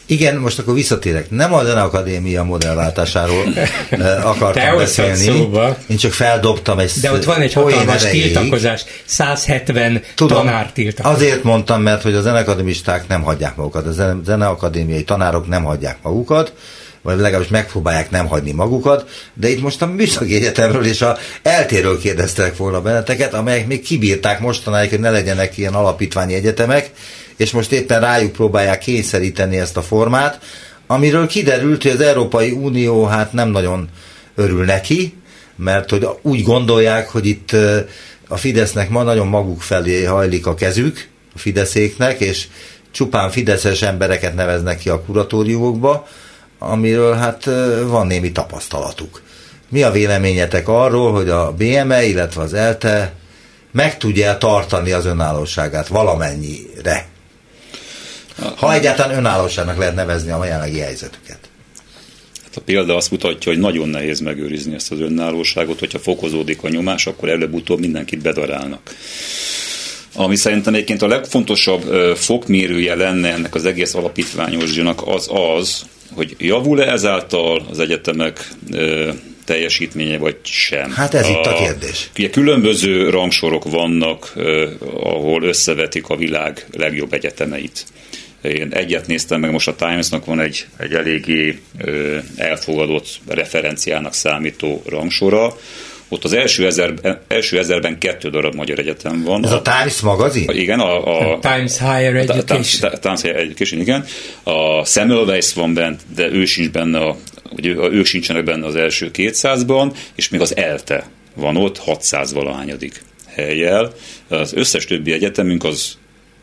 Speaker 2: Igen, most akkor visszatérek. Nem a Zeneakadémia modellváltásáról akartam beszélni. Szóba. Én csak feldobtam egy...
Speaker 3: De ott van egy hatalmas tiltakozás. 170 tanár tiltakozás.
Speaker 2: Azért mondtam, mert hogy a zeneakadémisták nem hagyják magukat. A zeneakadémiai tanárok nem hagyják magukat, vagy legalábbis megpróbálják nem hagyni magukat, de itt most a Műszaki Egyetemről és a ELTE-ről kérdeztek volna benneteket, amelyek még kibírták mostanáig, hogy ne legyenek ilyen alapítványi egyetemek, és most éppen rájuk próbálják kényszeríteni ezt a formát, amiről kiderült, hogy az Európai Unió hát nem nagyon örül neki, mert hogy úgy gondolják, hogy itt a Fidesznek ma nagyon maguk felé hajlik a kezük, a fideszéknek, és csupán fideszes embereket neveznek ki a kuratóriumokba, amiről hát van némi tapasztalatuk. Mi a véleményetek arról, hogy a BME, illetve az ELTE meg tudja tartani az önállóságát valamennyire? Ha egyáltalán önállóságnak lehet nevezni a jelenlegi helyzetüket.
Speaker 4: Hát a példa azt mutatja, hogy nagyon nehéz megőrizni ezt az önállóságot, hogyha fokozódik a nyomás, akkor előbb-utóbb mindenkit bedarálnak. Ami szerintem egyébként a legfontosabb fokmérője lenne ennek az egész alapítványos zsínak az, hogy javul-e ezáltal az egyetemek teljesítménye, vagy sem.
Speaker 2: Hát ez itt a kérdés.
Speaker 4: Ugye különböző rangsorok vannak, ahol összevetik a világ legjobb egyetemeit. Én egyet néztem meg, most a Times-nak van egy eléggé elfogadott referenciának számító rangsora. Ott az első ezerben 2 darab magyar egyetem van.
Speaker 2: Ez a Times magazin?
Speaker 4: Igen.
Speaker 3: A Times Higher Education.
Speaker 4: Times Higher Education, igen. A Semmelweis van bent, de ők sincsenek benne az első 200-ban, és még az ELTE van ott 600-valahányadik hellyel. Az összes többi egyetemünk az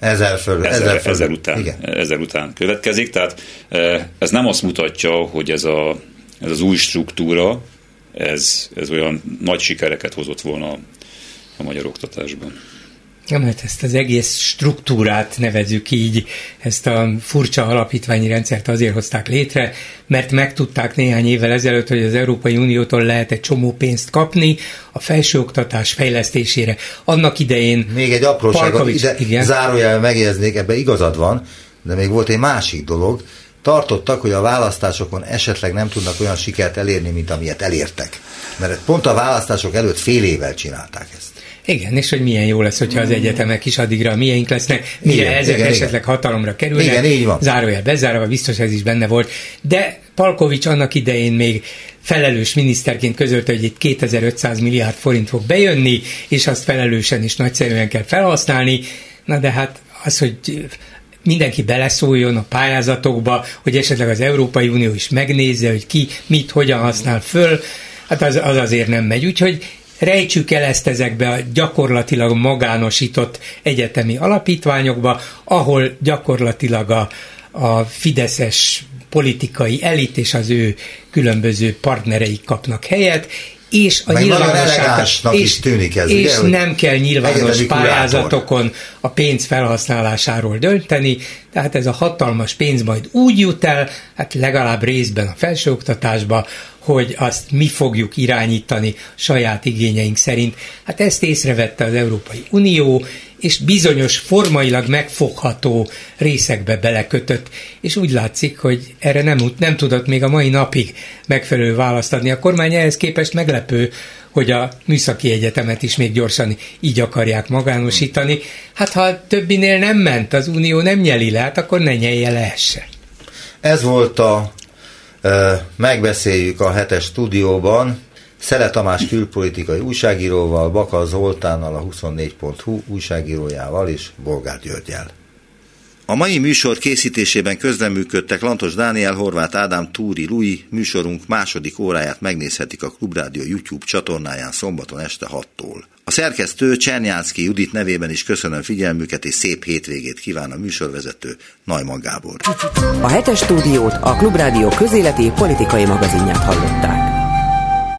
Speaker 4: 1000 után következik, tehát ez nem azt mutatja, hogy ez az új struktúra, ez olyan nagy sikereket hozott volna a magyar oktatásban.
Speaker 3: Ja, mert ezt az egész struktúrát nevezzük így, ezt a furcsa alapítványi rendszert azért hozták létre, mert megtudták néhány évvel ezelőtt, hogy az Európai Uniótól lehet egy csomó pénzt kapni a felsőoktatás fejlesztésére. Annak idején...
Speaker 2: Még egy apróságot ide zárójelben megjegyeznék, ebben igazad van, de még volt egy másik dolog. Tartottak, hogy a választásokon esetleg nem tudnak olyan sikert elérni, mint amilyet elértek. Mert pont a választások előtt fél évvel csinálták ezt.
Speaker 3: Igen, és hogy milyen jó lesz, hogyha az egyetemek is addigra miénk lesznek, mire ezek esetleg hatalomra kerülnek.
Speaker 2: Igen, így van.
Speaker 3: Zárójel bezárva, biztos ez is benne volt. De Palkovics annak idején még felelős miniszterként közölte, hogy itt 2500 milliárd forint fog bejönni, és azt felelősen és nagyszerűen kell felhasználni. Na de hát az, hogy mindenki beleszóljon a pályázatokba, hogy esetleg az Európai Unió is megnézze, hogy ki mit, hogyan használ föl, hát az azért nem megy. Úgyhogy rejtsük el ezt ezekbe a gyakorlatilag magánosított egyetemi alapítványokba, ahol gyakorlatilag a fideszes politikai elit és az ő különböző partnereik kapnak helyet, és a
Speaker 2: nyilvánosságnak is tűnik ez,
Speaker 3: és ugye, nem kell nyilvános pályázatokon a pénz felhasználásáról dönteni, tehát ez a hatalmas pénz majd úgy jut el, hát legalább részben a felsőoktatásba, hogy azt mi fogjuk irányítani saját igényeink szerint. Hát ezt észrevette az Európai Unió, és bizonyos formailag megfogható részekbe belekötött, és úgy látszik, hogy erre nem tudott még a mai napig megfelelő választ adni. A kormány ehhez képest meglepő, hogy a Műszaki Egyetemet is még gyorsan így akarják magánosítani. Hát ha a többinél nem ment, az Unió nem nyeli le, hát akkor ne nyelje le se.
Speaker 2: Ez volt a Megbeszéljük a hetes stúdióban Szele Tamás külpolitikai újságíróval, Baka Zoltánnal, a 24.hu újságírójával és Bolgár Györggyel. A mai műsor készítésében közreműködtek Lantos Dániel, Horváth Ádám, Túri Lui. Műsorunk második óráját megnézhetik a Klubrádió YouTube csatornáján szombaton este 6-tól. A szerkesztő Csernyánszky Judit nevében is köszönöm figyelmüket, és szép hétvégét kíván a műsorvezető Neumann Gábor.
Speaker 1: A hetes stúdiót, a Klubrádió közéleti politikai magazinját hallották.